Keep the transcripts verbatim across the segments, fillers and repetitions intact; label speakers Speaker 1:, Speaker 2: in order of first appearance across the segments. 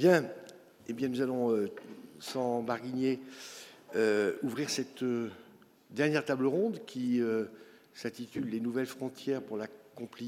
Speaker 1: Bien, eh bien, nous allons, euh, sans barguigner, euh, ouvrir cette euh, dernière table ronde qui euh, s'intitule « Les nouvelles frontières pour la compliance ».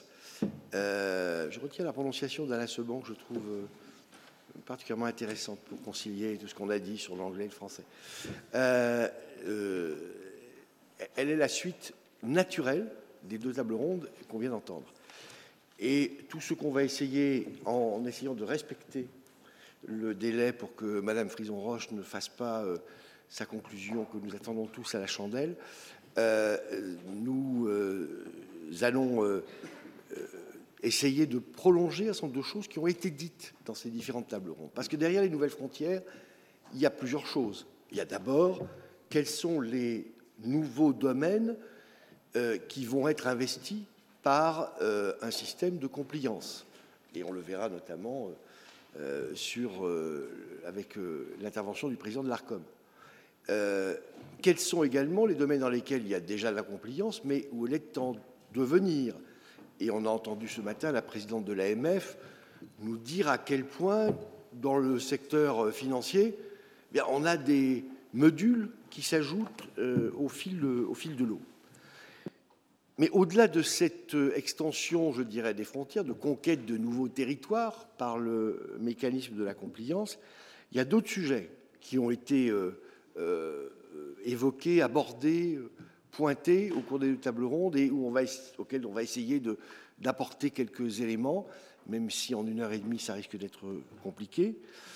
Speaker 1: Euh, je retiens la prononciation d'Alain Seban, que je trouve euh, particulièrement intéressante pour concilier tout ce qu'on a dit sur l'anglais et le français. Euh, euh, elle est la suite naturelle des deux tables rondes qu'on vient d'entendre. Et tout ce qu'on va essayer, en, en essayant de respecter le délai pour que Madame Frison-Roche ne fasse pas euh, sa conclusion que nous attendons tous à la chandelle, euh, nous euh, allons euh, euh, essayer de prolonger un certain nombre de choses qui ont été dites dans ces différentes tables rondes. Parce que derrière les nouvelles frontières, il y a plusieurs choses. Il y a d'abord quels sont les nouveaux domaines euh, qui vont être investis par euh, un système de compliance. Et on le verra notamment euh, sur, euh, avec euh, l'intervention du président de l'Arcom. Euh, quels sont également les domaines dans lesquels il y a déjà de la compliance, mais où elle est en devenir? Et on a entendu ce matin la présidente de l'A M F nous dire à quel point, dans le secteur financier, eh bien, on a des modules qui s'ajoutent euh, au fil, au fil de l'eau. Mais au-delà de cette extension, je dirais, des frontières, de conquête de nouveaux territoires par le mécanisme de la compliance, il y a d'autres sujets qui ont été euh, euh, évoqués, abordés, pointés au cours des deux tables rondes et où on va, auxquels on va essayer de, d'apporter quelques éléments, même si en une heure et demie, ça risque d'être compliqué.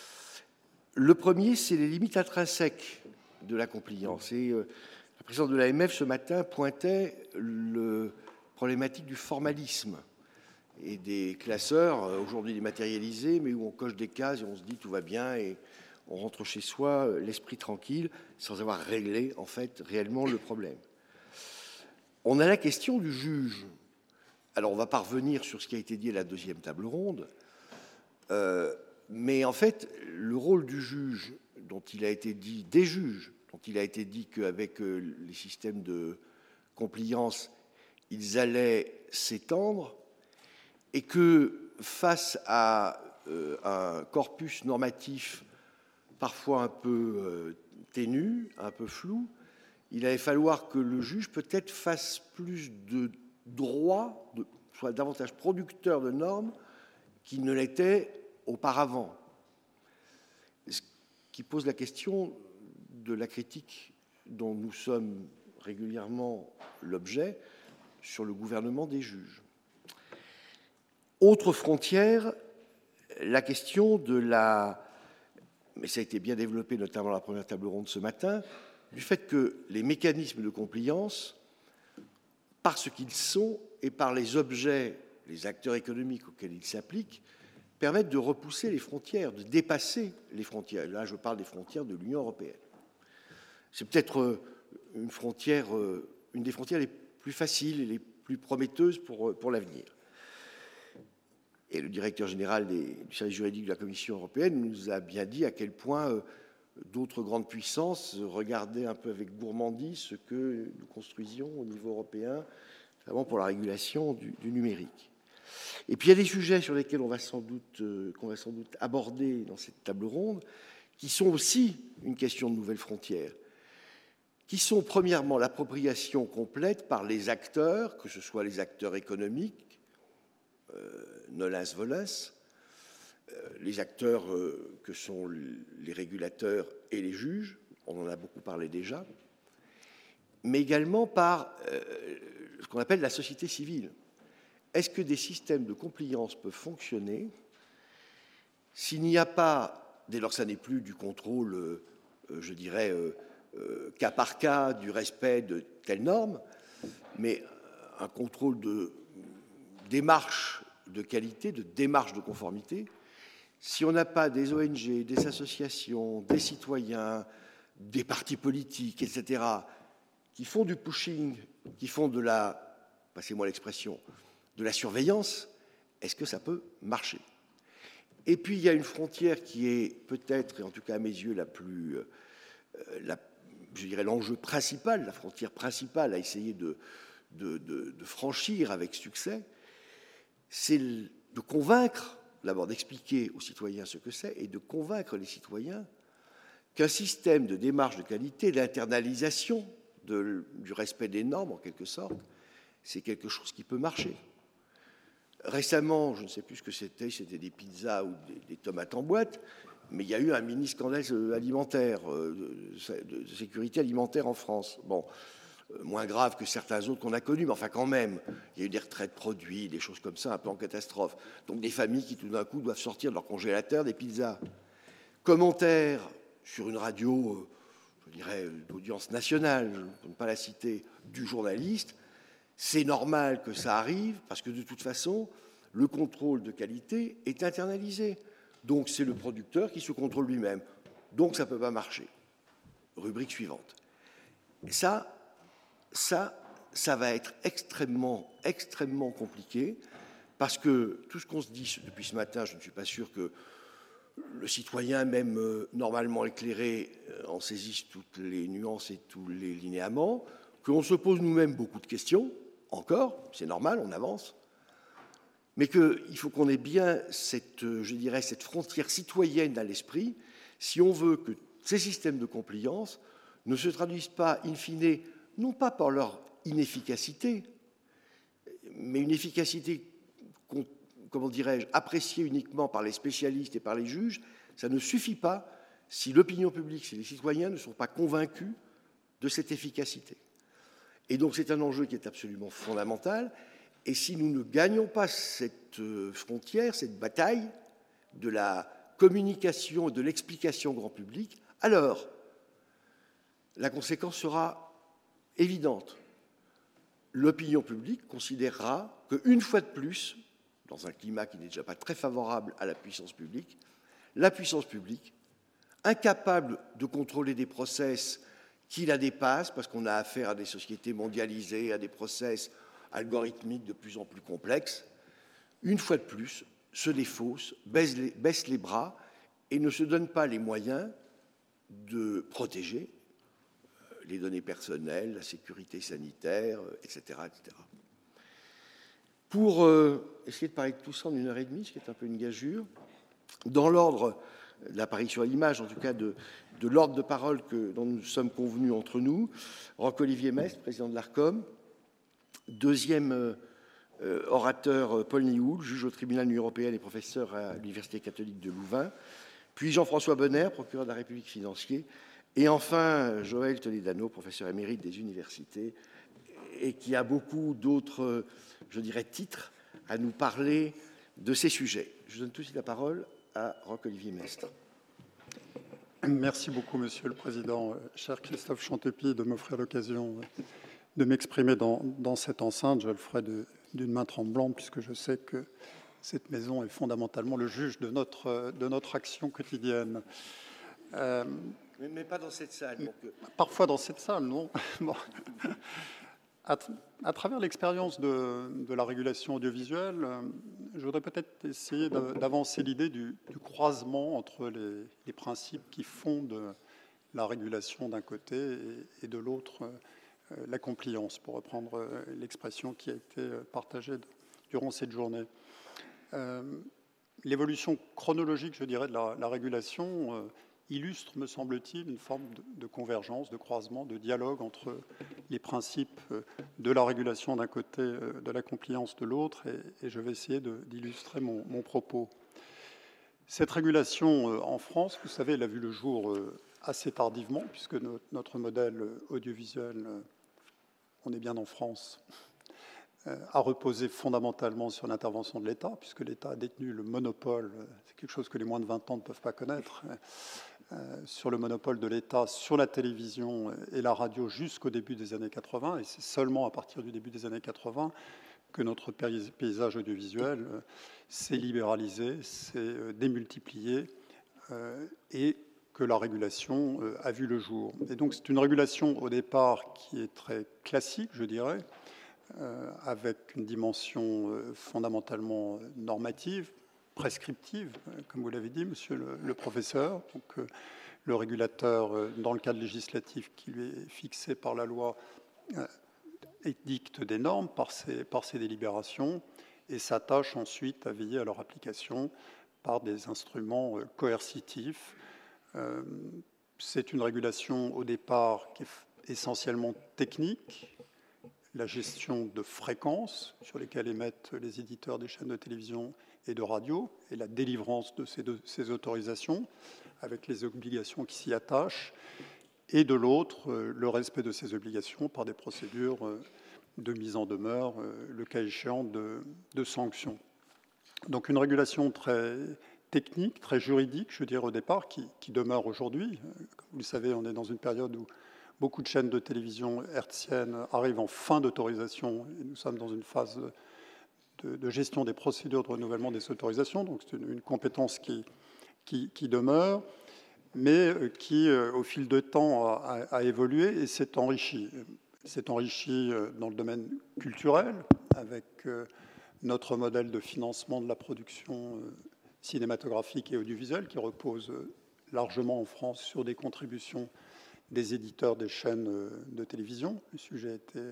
Speaker 1: Le premier, c'est les limites intrinsèques de la compliance. Et, euh, la présidente de l'A M F ce matin pointait la problématique du formalisme et des classeurs, aujourd'hui dématérialisés, mais où on coche des cases et on se dit tout va bien et on rentre chez soi l'esprit tranquille sans avoir réglé en fait réellement le problème. On a la question du juge. Alors on va pas revenir sur ce qui a été dit à la deuxième table ronde, euh, mais en fait le rôle du juge, dont il a été dit, des juges, dont il a été dit qu'avec les systèmes de compliance, ils allaient s'étendre, et que face à euh, un corpus normatif parfois un peu euh, ténu, un peu flou, il allait falloir que le juge peut-être fasse plus de droit, de, soit davantage producteur de normes qu'il ne l'était auparavant. Ce qui pose la question de la critique dont nous sommes régulièrement l'objet sur le gouvernement des juges. Autre frontière, la question de la, mais ça a été bien développé notamment dans la première table ronde ce matin, du fait que les mécanismes de compliance, par ce qu'ils sont et par les objets, les acteurs économiques auxquels ils s'appliquent, permettent de repousser les frontières, de dépasser les frontières. Là, je parle des frontières de l'Union européenne. C'est peut-être une frontière, une des frontières les plus faciles et les plus prometteuses pour, pour l'avenir. Et le directeur général des, du service juridique de la Commission européenne nous a bien dit à quel point d'autres grandes puissances regardaient un peu avec gourmandise ce que nous construisions au niveau européen, notamment pour la régulation du, du numérique. Et puis il y a des sujets sur lesquels on va sans doute, euh, qu'on va sans doute aborder dans cette table ronde, qui sont aussi une question de nouvelles frontières, qui sont premièrement l'appropriation complète par les acteurs, que ce soit les acteurs économiques, euh, nolens volens, euh, les acteurs euh, que sont les régulateurs et les juges, on en a beaucoup parlé déjà, mais également par euh, ce qu'on appelle la société civile. Est-ce que des systèmes de compliance peuvent fonctionner s'il n'y a pas, dès lors que ça n'est plus du contrôle, euh, je dirais, euh, euh, cas par cas du respect de telles normes, mais un contrôle de démarche de qualité, de démarche de conformité, si on n'a pas des O N G, des associations, des citoyens, des partis politiques, et cetera, qui font du pushing, qui font de la, passez-moi l'expression, de la surveillance, est-ce que ça peut marcher? Et puis il y a une frontière qui est peut-être, et en tout cas à mes yeux, la plus, euh, la, je dirais l'enjeu principal, la frontière principale à essayer de, de, de, de franchir avec succès, c'est de convaincre d'abord d'expliquer aux citoyens ce que c'est et de convaincre les citoyens qu'un système de démarche de qualité, d'internalisation de, du respect des normes, en quelque sorte, c'est quelque chose qui peut marcher. Récemment, je ne sais plus ce que c'était, c'était des pizzas ou des, des tomates en boîte, mais il y a eu un mini-scandale alimentaire, de, de sécurité alimentaire en France. Bon, moins grave que certains autres qu'on a connus, mais enfin quand même, il y a eu des retraits de produits, des choses comme ça, un peu en catastrophe. Donc des familles qui tout d'un coup doivent sortir de leur congélateur des pizzas. Commentaire sur une radio, je dirais, d'audience nationale, pour ne pas la citer, du journaliste, c'est normal que ça arrive, parce que de toute façon, le contrôle de qualité est internalisé. Donc c'est le producteur qui se contrôle lui-même. Donc ça ne peut pas marcher. Rubrique suivante. Et ça, ça, ça va être extrêmement, extrêmement compliqué, parce que tout ce qu'on se dit depuis ce matin, je ne suis pas sûr que le citoyen, même euh, normalement éclairé, euh, en saisisse toutes les nuances et tous les linéaments, qu'on se pose nous-mêmes beaucoup de questions, encore, c'est normal, on avance, mais qu'il faut qu'on ait bien cette, euh, je dirais, cette frontière citoyenne à l'esprit, si on veut que ces systèmes de compliance ne se traduisent pas, in fine, non pas par leur inefficacité, mais une efficacité qu'on comment dirais-je, apprécié uniquement par les spécialistes et par les juges, ça ne suffit pas si l'opinion publique, si les citoyens ne sont pas convaincus de cette efficacité. Et donc c'est un enjeu qui est absolument fondamental, et si nous ne gagnons pas cette frontière, cette bataille de la communication et de l'explication au grand public, alors la conséquence sera évidente. L'opinion publique considérera qu'une fois de plus, dans un climat qui n'est déjà pas très favorable à la puissance publique, la puissance publique, incapable de contrôler des process qui la dépassent, parce qu'on a affaire à des sociétés mondialisées, à des process algorithmiques de plus en plus complexes, une fois de plus, se défausse, baisse les, baisse les bras et ne se donne pas les moyens de protéger les données personnelles, la sécurité sanitaire, et cetera, et cetera. Pour euh, essayer de parler de tout ça en une heure et demie, ce qui est un peu une gageure, dans l'ordre de l'apparition à l'image, en tout cas de, de l'ordre de parole que, dont nous sommes convenus entre nous, Roch-Olivier Maistre, président de l'Arcom, deuxième euh, orateur Paul Nihoul, juge au tribunal de l'Union européenne et professeur à l'Université catholique de Louvain, puis Jean-François Bonner, procureur de la République financier, et enfin Joël Toledano, professeur émérite des universités, et qui a beaucoup d'autres, je dirais, titres à nous parler de ces sujets. Je donne tout de suite la parole à Roch-Olivier Maistre.
Speaker 2: Merci beaucoup, Monsieur le Président. Cher Christophe Chantepie, de m'offrir l'occasion de m'exprimer dans, dans cette enceinte. Je le ferai d'une main tremblante, puisque je sais que cette maison est fondamentalement le juge de notre, de notre action quotidienne.
Speaker 1: Euh, mais, mais pas dans cette salle. Donc...
Speaker 2: Parfois dans cette salle, non. Bon. À, à travers l'expérience de, de la régulation audiovisuelle, euh, je voudrais peut-être essayer d'avancer l'idée du, du croisement entre les, les principes qui fondent la régulation d'un côté et, et de l'autre euh, la compliance, pour reprendre euh, l'expression qui a été partagée de, durant cette journée. Euh, L'évolution chronologique, je dirais, de la, la régulation euh, illustre, me semble-t-il, une forme de, de convergence, de croisement, de dialogue entre les principes de la régulation d'un côté, de la compliance de l'autre, et, et je vais essayer d'illustrer mon, mon propos. Cette régulation euh, en France, vous savez, elle a vu le jour euh, assez tardivement, puisque no, notre modèle audiovisuel, euh, on est bien en France, euh, a reposé fondamentalement sur l'intervention de l'État, puisque l'État a détenu le monopole, c'est quelque chose que les moins de vingt ans ne peuvent pas connaître, Euh, sur le monopole de l'État sur la télévision et la radio jusqu'au début des années quatre-vingt, et c'est seulement à partir du début des années quatre-vingt que notre paysage audiovisuel euh, s'est libéralisé, s'est euh, démultiplié, euh, et que la régulation euh, a vu le jour. Et donc c'est une régulation au départ qui est très classique, je dirais, euh, avec une dimension euh, fondamentalement normative, prescriptive, comme vous l'avez dit, monsieur le, le professeur. Donc, euh, le régulateur, euh, dans le cadre législatif qui lui est fixé par la loi, euh, édicte des normes par ses, par ses délibérations, et s'attache ensuite à veiller à leur application par des instruments coercitifs. Euh, c'est une régulation au départ qui est essentiellement technique, la gestion de fréquences sur lesquelles émettent les éditeurs des chaînes de télévision et de radio, et la délivrance de ces, deux, ces autorisations, avec les obligations qui s'y attachent, et de l'autre, le respect de ces obligations par des procédures de mise en demeure, le cas échéant de, de sanctions. Donc une régulation très technique, très juridique, je dirais au départ, qui, qui demeure aujourd'hui. Comme vous le savez, on est dans une période où beaucoup de chaînes de télévision hertziennes arrivent en fin d'autorisation, et nous sommes dans une phase de, de gestion des procédures de renouvellement des autorisations, donc c'est une, une compétence qui, qui, qui demeure, mais qui, au fil de temps, a, a évolué et s'est enrichi. S'est enrichi dans le domaine culturel, avec notre modèle de financement de la production cinématographique et audiovisuelle, qui repose largement en France sur des contributions des éditeurs des chaînes de télévision. Le sujet a été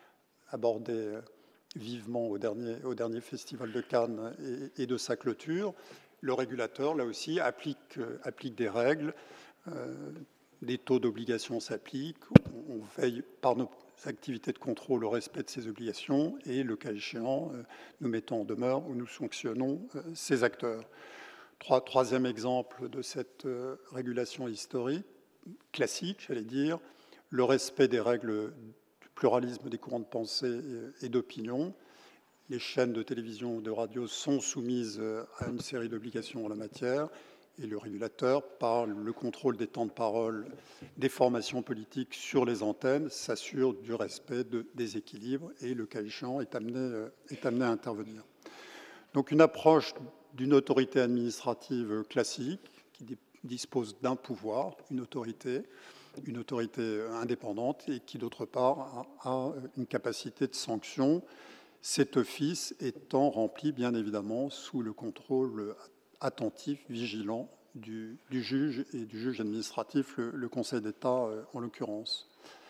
Speaker 2: abordé vivement au dernier, au dernier Festival de Cannes et, et de sa clôture. Le régulateur, là aussi, applique, applique des règles, euh, des taux d'obligation s'appliquent, on, on veille par nos activités de contrôle au respect de ces obligations et, le cas échéant, euh, nous mettons en demeure ou nous sanctionnons euh, ces acteurs. Trois, troisième exemple de cette euh, régulation historique, classique, j'allais dire, le respect des règles du pluralisme des courants de pensée et, et d'opinion. Les chaînes de télévision ou de radio sont soumises à une série d'obligations en la matière et le régulateur, par le contrôle des temps de parole des formations politiques sur les antennes, s'assure du respect de, des équilibres et, le cas échéant, est amené, est amené à intervenir. Donc une approche d'une autorité administrative classique qui dispose d'un pouvoir, une autorité, une autorité indépendante et qui, d'autre part, a, a une capacité de sanction, cet office étant rempli, bien évidemment, sous le contrôle attentif, vigilant du, du juge et du juge administratif, le, le Conseil d'État en l'occurrence.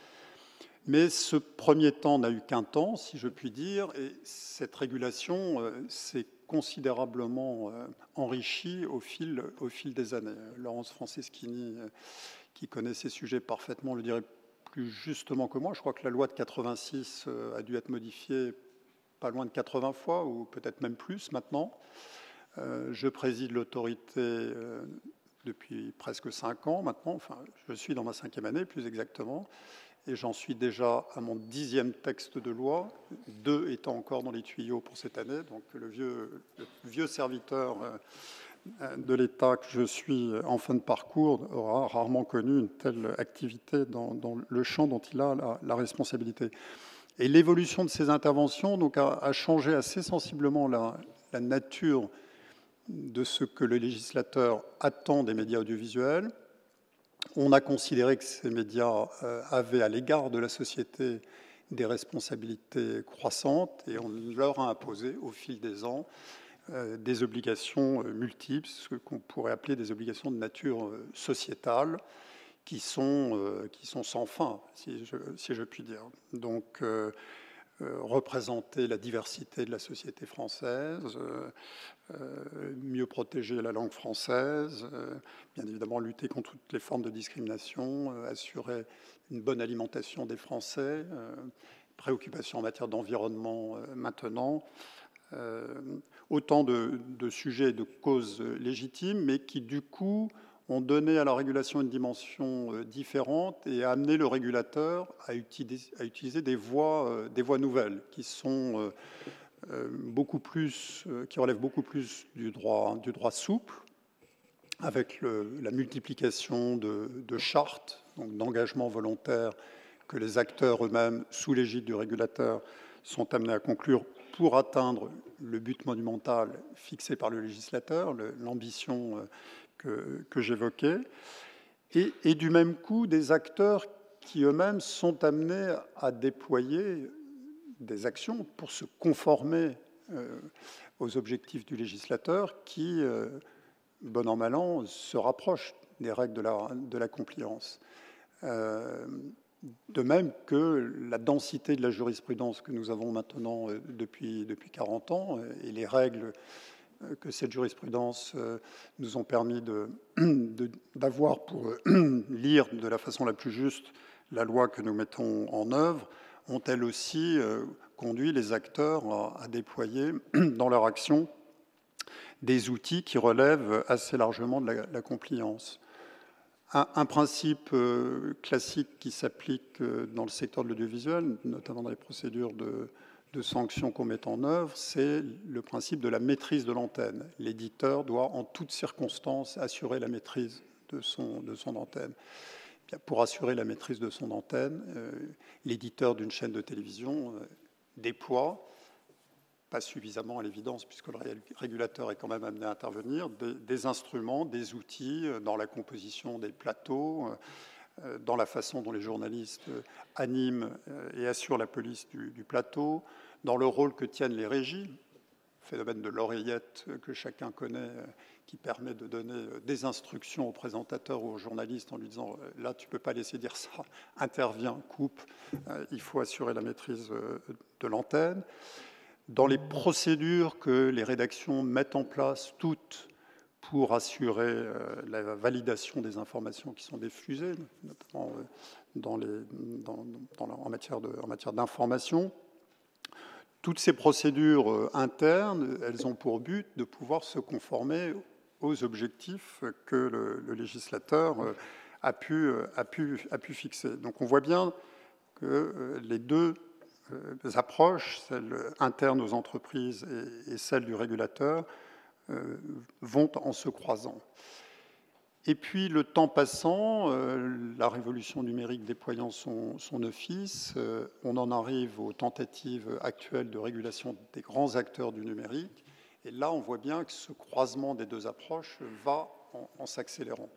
Speaker 2: Mais ce premier temps n'a eu qu'un temps, si je puis dire, et cette régulation euh, s'est considérablement euh, enrichie au fil, au fil des années. Laurence Franceschini, euh, qui connaît ces sujets parfaitement, le dirait plus justement que moi. Je crois que la loi de quatre-vingt-six euh, a dû être modifiée pas loin de quatre-vingts fois, ou peut-être même plus maintenant. Euh, je préside l'autorité euh, depuis presque cinq ans maintenant, enfin, je suis dans ma cinquième année plus exactement, et j'en suis déjà à mon dixième texte de loi, deux étant encore dans les tuyaux pour cette année, donc le vieux, le vieux serviteur euh, de l'État que je suis en fin de parcours aura rarement connu une telle activité dans, dans le champ dont il a la, la responsabilité. Et l'évolution de ces interventions donc, a, a changé assez sensiblement la, la nature de ce que le législateur attend des médias audiovisuels. On a considéré que ces médias euh, avaient à l'égard de la société des responsabilités croissantes et on leur a imposé au fil des ans euh, des obligations euh, multiples, ce qu'on pourrait appeler des obligations de nature euh, sociétale, qui sont, euh, qui sont sans fin, si je, si je puis dire. Donc, euh, euh, représenter la diversité de la société française, euh, euh, mieux protéger la langue française, euh, bien évidemment lutter contre toutes les formes de discrimination, euh, assurer une bonne alimentation des Français, euh, préoccupations en matière d'environnement euh, maintenant, euh, autant de, de sujets et de causes légitimes, mais qui du coup ont donné à la régulation une dimension euh, différente et a amené le régulateur à utiliser, à utiliser des voies, euh, des voies nouvelles qui sont euh, euh, beaucoup plus, euh, qui relèvent beaucoup plus du droit, du droit souple, avec le, la multiplication de, de chartes, donc d'engagements volontaires que les acteurs eux-mêmes, sous l'égide du régulateur, sont amenés à conclure pour atteindre le but monumental fixé par le législateur, le, l'ambition euh, que, que j'évoquais, et, et du même coup des acteurs qui eux-mêmes sont amenés à déployer des actions pour se conformer euh, aux objectifs du législateur qui, euh, bon an, mal an, se rapprochent des règles de la, de la compliance. Euh, De même que la densité de la jurisprudence que nous avons maintenant depuis, depuis quarante ans et les règles que cette jurisprudence nous ont permis de, de, d'avoir pour lire de la façon la plus juste la loi que nous mettons en œuvre, ont elles aussi conduit les acteurs à, à déployer dans leur action des outils qui relèvent assez largement de la, la compliance. Un, un principe euh, classique qui s'applique euh, dans le secteur de l'audiovisuel, notamment dans les procédures de, de sanctions qu'on met en œuvre, c'est le principe de la maîtrise de l'antenne. L'éditeur doit en toutes circonstances assurer la maîtrise de son, de son antenne. Bien, pour assurer la maîtrise de son antenne, euh, l'éditeur d'une chaîne de télévision euh, déploie, pas suffisamment à l'évidence, puisque le régulateur est quand même amené à intervenir, des, des instruments, des outils dans la composition des plateaux, euh, dans la façon dont les journalistes animent et assurent la police du, du plateau, dans le rôle que tiennent les régies, phénomène de l'oreillette que chacun connaît, qui permet de donner des instructions au présentateur ou au journaliste en lui disant « là, tu ne peux pas laisser dire ça, interviens, coupe, il faut assurer la maîtrise de l'antenne ». Dans les procédures que les rédactions mettent en place, toutes pour assurer euh, la validation des informations qui sont diffusées, notamment euh, dans les, dans, dans la, en matière de, en matière d'information, toutes ces procédures euh, internes, elles ont pour but de pouvoir se conformer aux objectifs que le, le législateur euh, a, pu, a, pu, a pu fixer. Donc on voit bien que euh, les deux Les approches, celles internes aux entreprises et, et celles du régulateur, euh, vont en se croisant. Et puis, le temps passant, euh, la révolution numérique déployant son, son office, euh, on en arrive aux tentatives actuelles de régulation des grands acteurs du numérique. Et là, on voit bien que ce croisement des deux approches va en, en s'accélérant.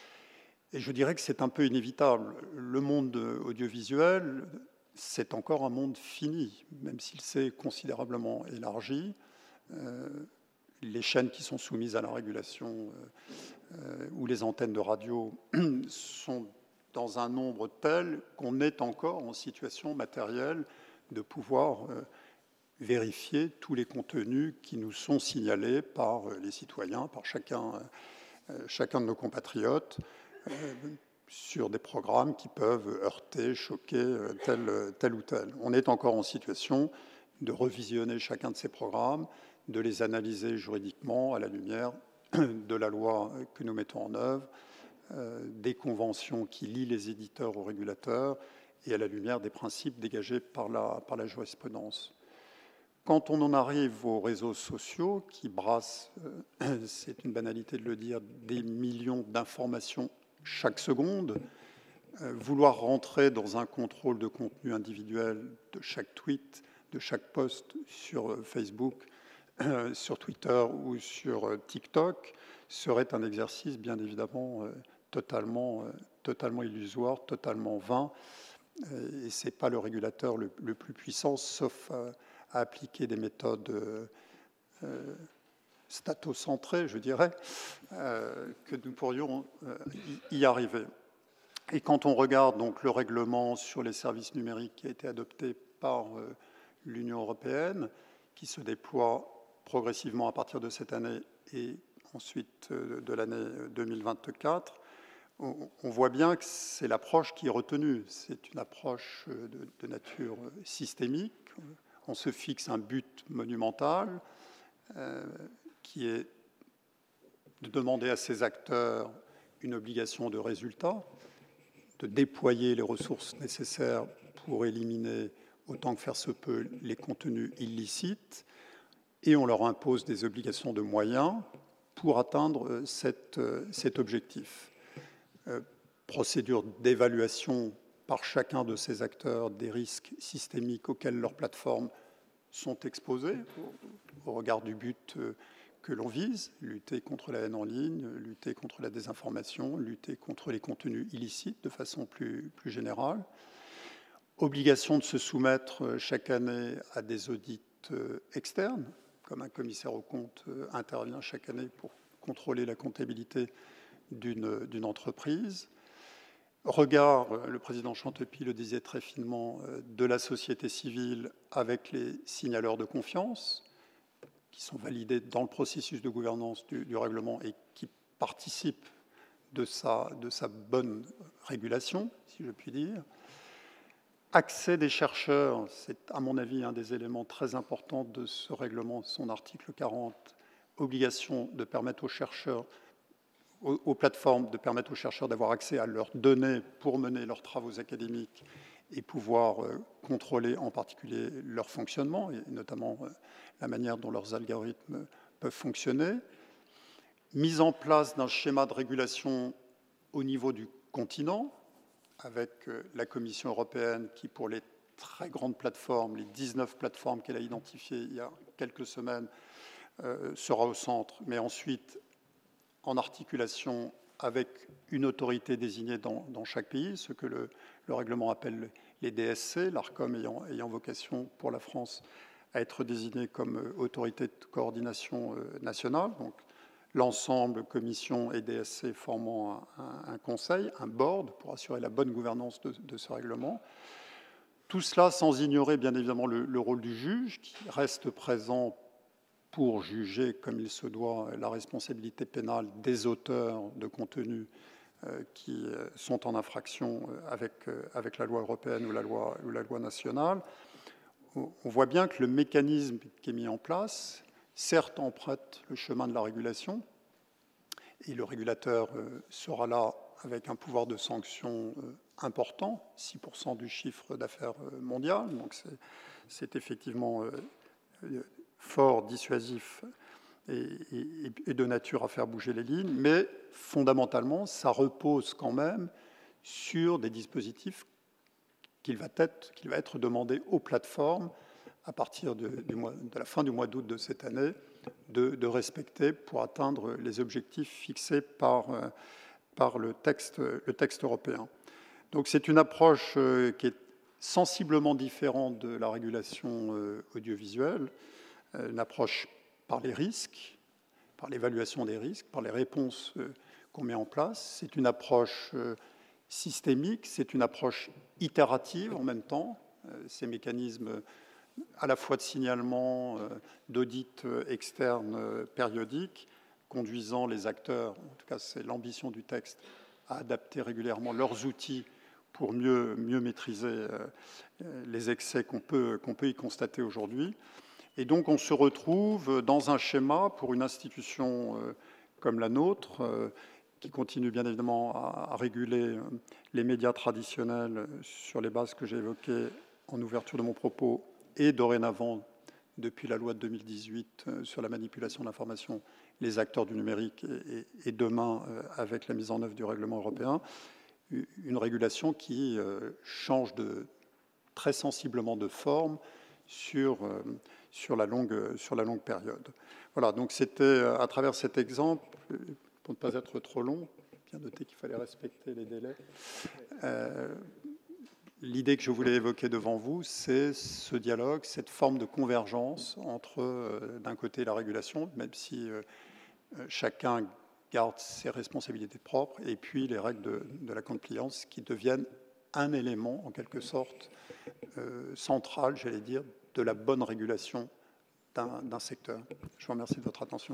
Speaker 2: Et je dirais que c'est un peu inévitable. Le monde audiovisuel, c'est encore un monde fini, même s'il s'est considérablement élargi. Euh, les chaînes qui sont soumises à la régulation euh, ou les antennes de radio sont dans un nombre tel qu'on est encore en situation matérielle de pouvoir euh, vérifier tous les contenus qui nous sont signalés par les citoyens, par chacun, euh, chacun de nos compatriotes, euh, sur des programmes qui peuvent heurter, choquer tel, tel ou tel. On est encore en situation de revisionner chacun de ces programmes, de les analyser juridiquement à la lumière de la loi que nous mettons en œuvre, euh, des conventions qui lient les éditeurs aux régulateurs et à la lumière des principes dégagés par la, par la jurisprudence. Quand on en arrive aux réseaux sociaux qui brassent, euh, c'est une banalité de le dire, des millions d'informations chaque seconde, euh, vouloir rentrer dans un contrôle de contenu individuel de chaque tweet, de chaque post sur Facebook, euh, sur Twitter ou sur euh, TikTok serait un exercice bien évidemment euh, totalement, euh, totalement illusoire, totalement vain. Euh, et ce n'est pas le régulateur le, le plus puissant, sauf euh, à appliquer des méthodes euh, euh, statocentré, je dirais, euh, que nous pourrions euh, y arriver. Et quand on regarde donc le règlement sur les services numériques qui a été adopté par euh, l'Union européenne, qui se déploie progressivement à partir de cette année et ensuite euh, de l'année deux mille vingt-quatre, on, on voit bien que c'est l'approche qui est retenue. C'est une approche de, de nature systémique. On se fixe un but monumental, euh, qui est de demander à ces acteurs une obligation de résultat, de déployer les ressources nécessaires pour éliminer, autant que faire se peut, les contenus illicites, et on leur impose des obligations de moyens pour atteindre cette, cet objectif. Euh, procédure d'évaluation par chacun de ces acteurs des risques systémiques auxquels leurs plateformes sont exposées au, au regard du but euh, que l'on vise, lutter contre la haine en ligne, lutter contre la désinformation, lutter contre les contenus illicites de façon plus, plus générale. Obligation de se soumettre chaque année à des audits externes, comme un commissaire aux comptes intervient chaque année pour contrôler la comptabilité d'une, d'une entreprise. regard, le président Chantepie le disait très finement, de la société civile avec les signaleurs de confiance, qui sont validés dans le processus de gouvernance du, du règlement et qui participent de sa, de sa bonne régulation, si je puis dire. Accès des chercheurs, c'est à mon avis un des éléments très importants de ce règlement, son article quarante, obligation de permettre aux chercheurs, aux, aux plateformes, de permettre aux chercheurs d'avoir accès à leurs données pour mener leurs travaux académiques et pouvoir euh, contrôler en particulier leur fonctionnement, et notamment euh, la manière dont leurs algorithmes peuvent fonctionner. Mise en place d'un schéma de régulation au niveau du continent, avec la Commission européenne qui, pour les très grandes plateformes, les dix-neuf plateformes qu'elle a identifiées il y a quelques semaines, euh, sera au centre, mais ensuite en articulation avec une autorité désignée dans, dans chaque pays, ce que le, le règlement appelle les D S C, l'ARCOM ayant, ayant vocation pour la France à être désignée comme autorité de coordination euh, nationale. Donc, l'ensemble, commission et D S C formant un, un, un conseil, un board, pour assurer la bonne gouvernance de, de ce règlement. Tout cela sans ignorer, bien évidemment, le, le rôle du juge, qui reste présent pour juger, comme il se doit, la responsabilité pénale des auteurs de contenus euh, qui sont en infraction avec, euh, avec la loi européenne ou la loi, ou la loi nationale. On voit bien que le mécanisme qui est mis en place, certes, emprunte le chemin de la régulation, et le régulateur sera là avec un pouvoir de sanction important, six pour cent du chiffre d'affaires mondial, donc c'est effectivement fort dissuasif et, et, et de nature à faire bouger les lignes, mais fondamentalement, ça repose quand même sur des dispositifs qu'il va être, qu'il va être demandé aux plateformes à partir de, du mois, de la fin du mois d'août de cette année, de, de respecter pour atteindre les objectifs fixés par, euh, par le, texte, le texte européen. Donc c'est une approche euh, qui est sensiblement différente de la régulation euh, audiovisuelle, euh, une approche par les risques, par l'évaluation des risques, par les réponses euh, qu'on met en place. C'est une approche euh, systémique, c'est une approche itérative en même temps. Euh, ces mécanismes à la fois de signalement, d'audit externe périodique, conduisant les acteurs, en tout cas c'est l'ambition du texte, à adapter régulièrement leurs outils pour mieux, mieux maîtriser les excès qu'on peut, qu'on peut y constater aujourd'hui. Et donc on se retrouve dans un schéma pour une institution comme la nôtre, qui continue bien évidemment à réguler les médias traditionnels sur les bases que j'ai évoquées en ouverture de mon propos, et dorénavant, depuis la loi de deux mille dix-huit sur la manipulation de l'information, les acteurs du numérique et, et demain, avec la mise en œuvre du règlement européen, une régulation qui change de, très sensiblement de forme sur, sur, la, longue, sur la longue période. Voilà, donc c'était à travers cet exemple, pour ne pas être trop long, bien noté qu'il fallait respecter les délais, euh, l'idée que je voulais évoquer devant vous, c'est ce dialogue, cette forme de convergence entre, euh, d'un côté, la régulation, même si euh, chacun garde ses responsabilités propres, et puis les règles de, de la compliance qui deviennent un élément, en quelque sorte, euh, central, j'allais dire, de la bonne régulation d'un, d'un secteur. Je vous remercie de votre attention.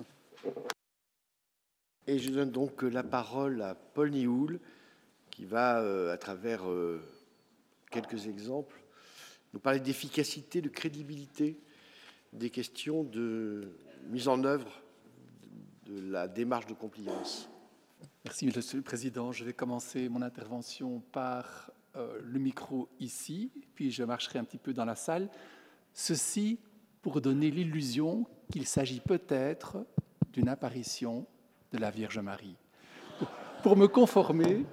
Speaker 1: Et je donne donc la parole à Paul Nihoul, qui va, euh, à travers euh, quelques exemples, nous parler d'efficacité, de crédibilité des questions de mise en œuvre de la démarche de compliance.
Speaker 3: Merci, Monsieur le Président. Je vais commencer mon intervention par euh, le micro ici, puis je marcherai un petit peu dans la salle. Ceci pour donner l'illusion qu'il s'agit peut-être d'une apparition de la Vierge Marie. Pour me conformer...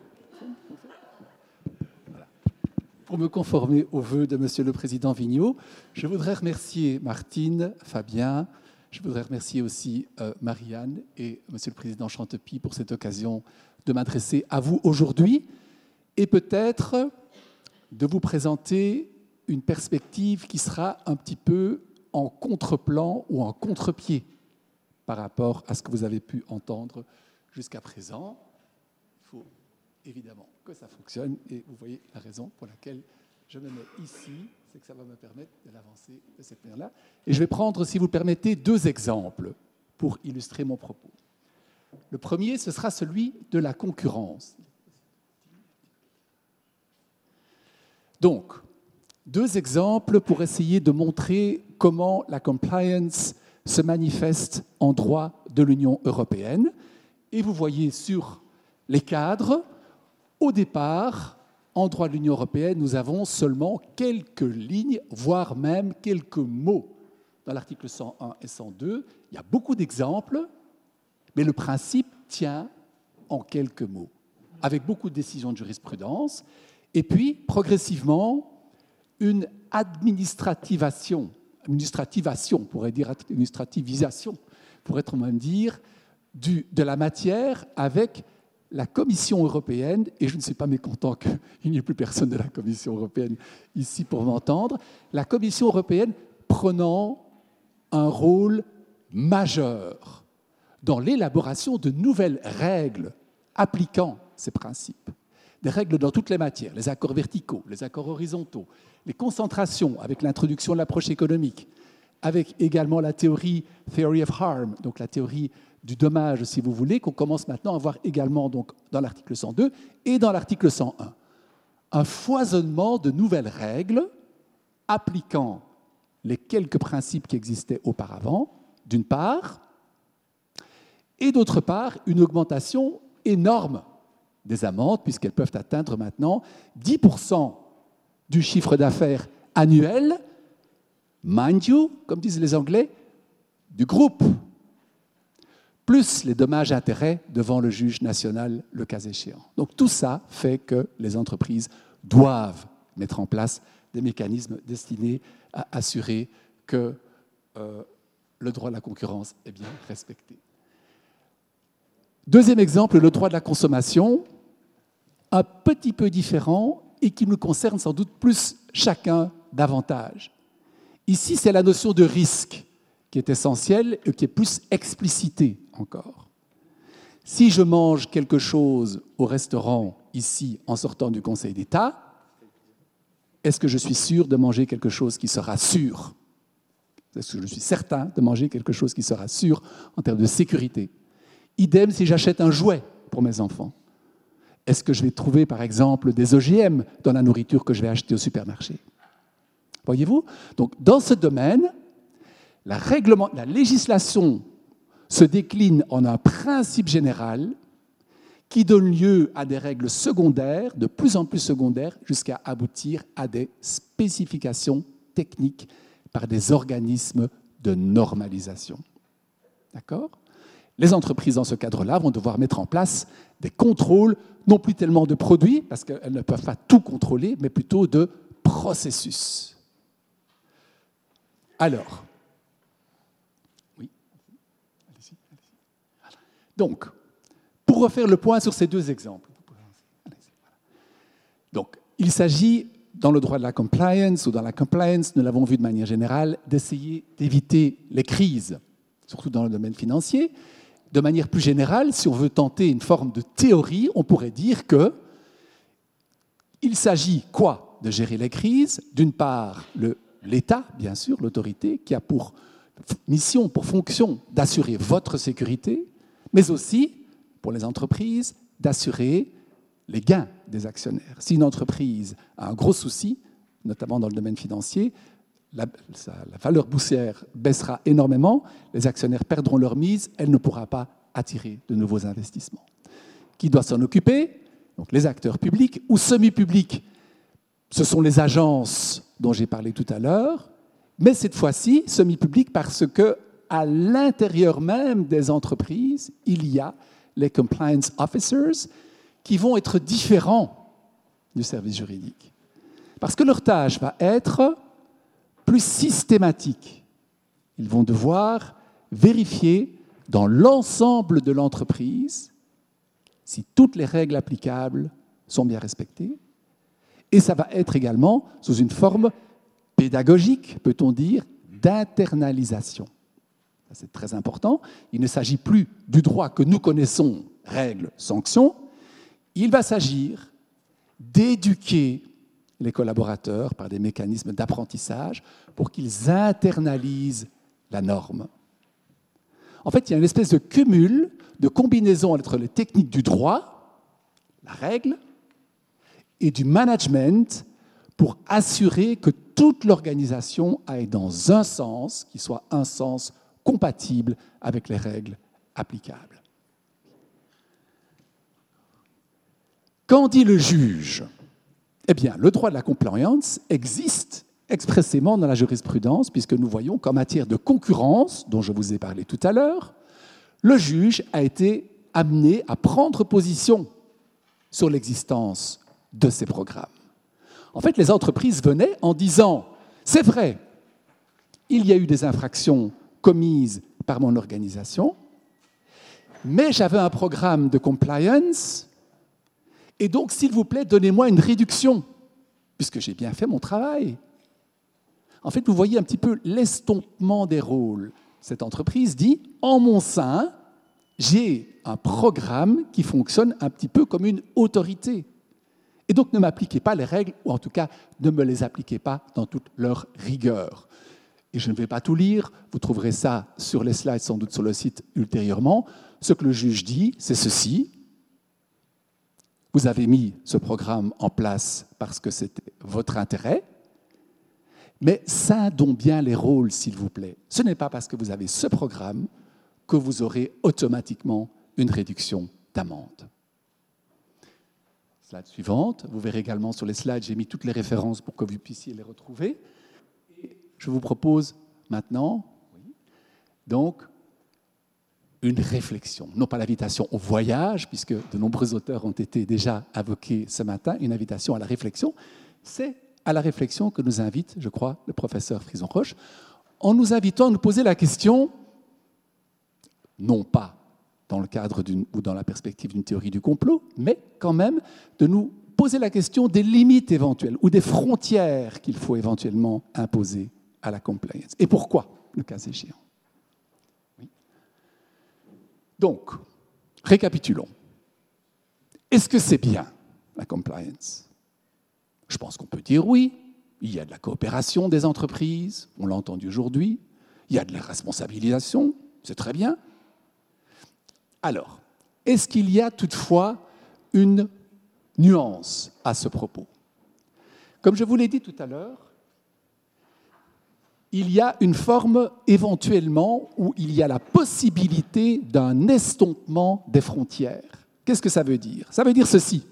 Speaker 3: Pour me conformer aux vœux de Monsieur le Président Vigneault, je voudrais remercier Martine, Fabien, je voudrais remercier aussi euh, Marianne et Monsieur le Président Chantepie pour cette occasion de m'adresser à vous aujourd'hui et peut-être de vous présenter une perspective qui sera un petit peu en contre-plan ou en contre-pied par rapport à ce que vous avez pu entendre jusqu'à présent. Il faut évidemment que ça fonctionne, et vous voyez la raison pour laquelle je me mets ici, c'est que ça va me permettre de l'avancer de cette manière-là. Et je vais prendre, si vous le permettez, deux exemples pour illustrer mon propos. Le premier, ce sera celui de la concurrence. Donc, deux exemples pour essayer de montrer comment la compliance se manifeste en droit de l'Union européenne. Et vous voyez sur les cadres, au départ, en droit de l'Union européenne, nous avons seulement quelques lignes, voire même quelques mots. Dans l'article cent un et cent deux, il y a beaucoup d'exemples, mais le principe tient en quelques mots, avec beaucoup de décisions de jurisprudence, et puis, progressivement, une administrativation, administrativation, on pourrait dire administrativisation, pour être même dire, du, de la matière avec la Commission européenne, et je ne suis pas mécontent qu'il n'y ait plus personne de la Commission européenne ici pour m'entendre, la Commission européenne prenant un rôle majeur dans l'élaboration de nouvelles règles appliquant ces principes. Des règles dans toutes les matières, les accords verticaux, les accords horizontaux, les concentrations avec l'introduction de l'approche économique, avec également la théorie Theory of Harm, donc la théorie du dommage, si vous voulez, qu'on commence maintenant à voir également donc, dans l'article cent deux et dans l'article cent un. Un foisonnement de nouvelles règles appliquant les quelques principes qui existaient auparavant, d'une part, et d'autre part, une augmentation énorme des amendes, puisqu'elles peuvent atteindre maintenant dix pour cent du chiffre d'affaires annuel, mind you, comme disent les Anglais, du groupe, plus les dommages-intérêts devant le juge national, le cas échéant. Donc tout ça fait que les entreprises doivent mettre en place des mécanismes destinés à assurer que euh, le droit de la concurrence est bien respecté. Deuxième exemple, le droit de la consommation, un petit peu différent et qui nous concerne sans doute plus chacun davantage. Ici, c'est la notion de risque qui est essentielle et qui est plus explicitée encore. Si je mange quelque chose au restaurant ici en sortant du Conseil d'État, est-ce que je suis sûr de manger quelque chose qui sera sûr? Est-ce que je suis certain de manger quelque chose qui sera sûr en termes de sécurité? Idem si j'achète un jouet pour mes enfants. Est-ce que je vais trouver, par exemple, des O G M dans la nourriture que je vais acheter au supermarché? Voyez-vous? Donc, dans ce domaine, la, règlement, la législation se décline en un principe général qui donne lieu à des règles secondaires, de plus en plus secondaires, jusqu'à aboutir à des spécifications techniques par des organismes de normalisation. D'accord ? Les entreprises, dans ce cadre-là, vont devoir mettre en place des contrôles, non plus tellement de produits, parce qu'elles ne peuvent pas tout contrôler, mais plutôt de processus. Alors, oui, allez-y, allez-y. Donc, pour refaire le point sur ces deux exemples. Donc, il s'agit, dans le droit de la compliance ou dans la compliance, nous l'avons vu de manière générale, d'essayer d'éviter les crises, surtout dans le domaine financier. De manière plus générale, si on veut tenter une forme de théorie, on pourrait dire que il s'agit quoi? De gérer les crises. D'une part, le, l'État, bien sûr, l'autorité, qui a pour mission, pour fonction d'assurer votre sécurité, mais aussi, pour les entreprises, d'assurer les gains des actionnaires. Si une entreprise a un gros souci, notamment dans le domaine financier, La, la valeur boursière baissera énormément, les actionnaires perdront leur mise, elle ne pourra pas attirer de nouveaux investissements. Qui doit s'en occuper? Donc les acteurs publics ou semi-publics. Ce sont les agences dont j'ai parlé tout à l'heure, mais cette fois-ci, semi-publics parce qu'à l'intérieur même des entreprises, il y a les compliance officers qui vont être différents du service juridique. Parce que leur tâche va être plus systématique. Ils vont devoir vérifier dans l'ensemble de l'entreprise si toutes les règles applicables sont bien respectées. Et ça va être également sous une forme pédagogique, peut-on dire, d'internalisation. Ça, c'est très important. Il ne s'agit plus du droit que nous connaissons, règles, sanctions. Il va s'agir d'éduquer les collaborateurs par des mécanismes d'apprentissage pour qu'ils internalisent la norme. En fait, il y a une espèce de cumul, de combinaison entre les techniques du droit, la règle, et du management pour assurer que toute l'organisation aille dans un sens, qui soit un sens compatible avec les règles applicables. Qu'en dit le juge ? Eh bien, le droit de la compliance existe expressément dans la jurisprudence, puisque nous voyons qu'en matière de concurrence, dont je vous ai parlé tout à l'heure, le juge a été amené à prendre position sur l'existence de ces programmes. En fait, les entreprises venaient en disant « c'est vrai, il y a eu des infractions commises par mon organisation, mais j'avais un programme de compliance, et donc, s'il vous plaît, donnez-moi une réduction, puisque j'ai bien fait mon travail. » En fait, vous voyez un petit peu l'estompement des rôles. Cette entreprise dit « en mon sein, j'ai un programme qui fonctionne un petit peu comme une autorité. Et donc, ne m'appliquez pas les règles, ou en tout cas, ne me les appliquez pas dans toute leur rigueur. » Et je ne vais pas tout lire, vous trouverez ça sur les slides, sans doute sur le site ultérieurement. Ce que le juge dit, c'est ceci. Vous avez mis ce programme en place parce que c'était votre intérêt, mais scindons bien les rôles, s'il vous plaît. Ce n'est pas parce que vous avez ce programme que vous aurez automatiquement une réduction d'amende. Slide suivante. Vous verrez également sur les slides, j'ai mis toutes les références pour que vous puissiez les retrouver. Et je vous propose maintenant, oui, donc, une réflexion, non pas l'invitation au voyage, puisque de nombreux auteurs ont été déjà invoqués ce matin, une invitation à la réflexion. C'est à la réflexion que nous invite, je crois, le professeur Frison-Roche, en nous invitant à nous poser la question, non pas dans le cadre d'une, ou dans la perspective d'une théorie du complot, mais quand même de nous poser la question des limites éventuelles ou des frontières qu'il faut éventuellement imposer à la compliance. Et pourquoi, le cas échéant. Oui. Donc, récapitulons. Est-ce que c'est bien, la compliance ? Je pense qu'on peut dire oui. Il y a de la coopération des entreprises, on l'a entendu aujourd'hui. Il y a de la responsabilisation, c'est très bien. Alors, est-ce qu'il y a toutefois une nuance à ce propos ? Comme je vous l'ai dit tout à l'heure, il y a une forme éventuellement où il y a la possibilité d'un estompement des frontières. Qu'est-ce que ça veut dire ? Ça veut dire ceci.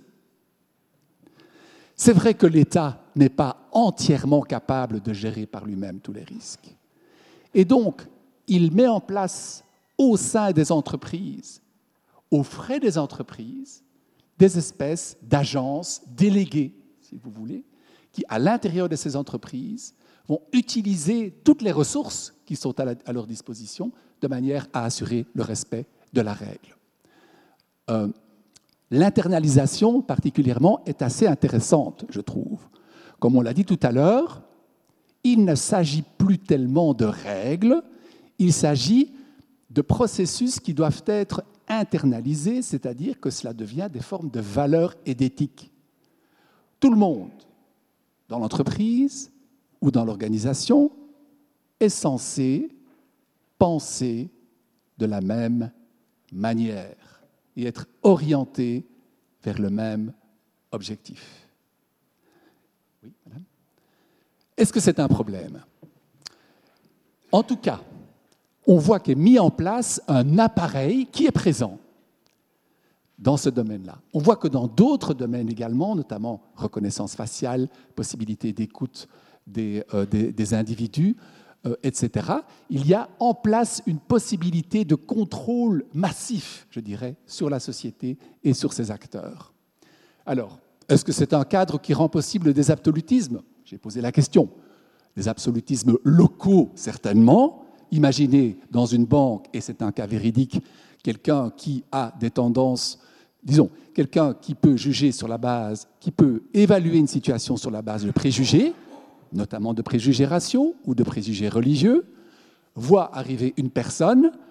Speaker 3: C'est vrai que l'État n'est pas entièrement capable de gérer par lui-même tous les risques. Et donc, il met en place au sein des entreprises, aux frais des entreprises, des espèces d'agences déléguées, si vous voulez, qui, à l'intérieur de ces entreprises, vont utiliser toutes les ressources qui sont à, la, à leur disposition de manière à assurer le respect de la règle. Euh, L'internalisation, particulièrement, est assez intéressante, je trouve. Comme on l'a dit tout à l'heure, il ne s'agit plus tellement de règles, il s'agit de processus qui doivent être internalisés, c'est-à-dire que cela devient des formes de valeurs et d'éthique. Tout le monde, dans l'entreprise ou dans l'organisation, est censé penser de la même manière et être orienté vers le même objectif. Oui, madame ? Est-ce que c'est un problème ? En tout cas, on voit qu'est mis en place un appareil qui est présent dans ce domaine-là. On voit que dans d'autres domaines également, notamment reconnaissance faciale, possibilité d'écoute des, euh, des, des individus, euh, et cetera, il y a en place une possibilité de contrôle massif, je dirais, sur la société et sur ses acteurs. Alors, est-ce que c'est un cadre qui rend possible des absolutismes ? J'ai posé la question. Des absolutismes locaux, certainement. Imaginez dans une banque, et c'est un cas véridique, quelqu'un qui a des tendances, disons, quelqu'un qui peut juger sur la base, qui peut évaluer une situation sur la base de préjugés, notamment de préjugés raciaux ou de préjugés religieux, voit arriver une personne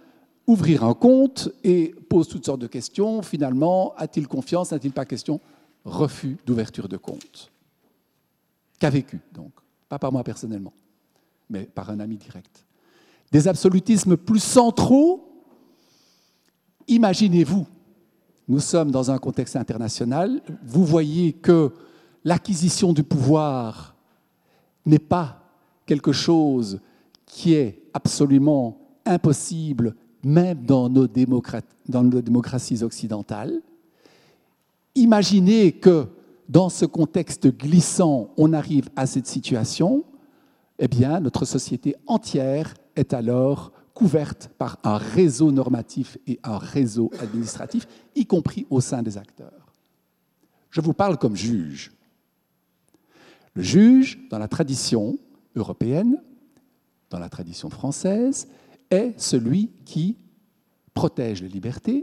Speaker 3: ouvrir un compte et pose toutes sortes de questions. Finalement, a-t-il confiance, n'a-t-il pas question? Refus d'ouverture de compte. Qu'a vécu, donc. Pas par moi personnellement, mais par un ami direct. Des absolutismes plus centraux. Imaginez-vous, nous sommes dans un contexte international, vous voyez que l'acquisition du pouvoir n'est pas quelque chose qui est absolument impossible, même dans nos, démocrat- dans nos démocraties occidentales. Imaginez que dans ce contexte glissant, on arrive à cette situation, eh bien, notre société entière est alors couverte par un réseau normatif et un réseau administratif, y compris au sein des acteurs. Je vous parle comme juge. Le juge, dans la tradition européenne, dans la tradition française, est celui qui protège les libertés,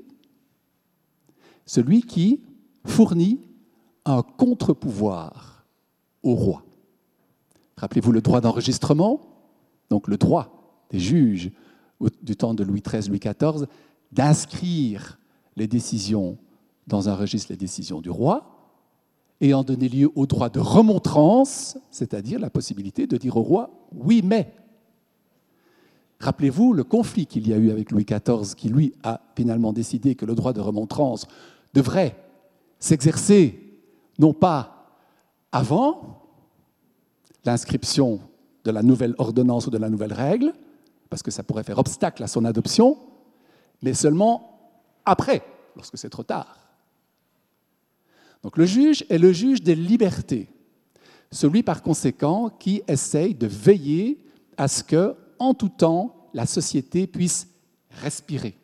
Speaker 3: celui qui fournit un contre-pouvoir au roi. Rappelez-vous le droit d'enregistrement, donc le droit des juges du temps de Louis treize, Louis quatorze, d'inscrire les décisions dans un registre, les décisions du roi, et en donner lieu au droit de remontrance, c'est-à-dire la possibilité de dire au roi « oui, mais ». Rappelez-vous le conflit qu'il y a eu avec Louis quatorze, qui, lui, a finalement décidé que le droit de remontrance devrait s'exercer, non pas avant l'inscription de la nouvelle ordonnance ou de la nouvelle règle, parce que ça pourrait faire obstacle à son adoption, mais seulement après, lorsque c'est trop tard. Donc le juge est le juge des libertés, celui par conséquent qui essaye de veiller à ce que, en tout temps, la société puisse respirer.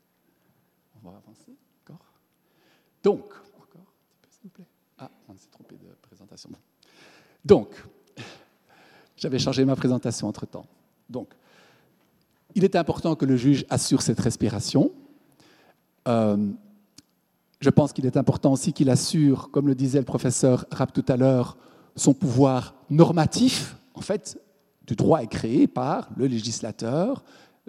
Speaker 3: On va avancer, encore. Donc, encore, s'il vous plaît. Ah, on s'est trompé de présentation. Donc, j'avais changé ma présentation entre-temps. Donc, il est important que le juge assure cette respiration. Euh, je pense qu'il est important aussi qu'il assure, comme le disait le professeur Rapp tout à l'heure, son pouvoir normatif. En fait, du droit est créé par le législateur,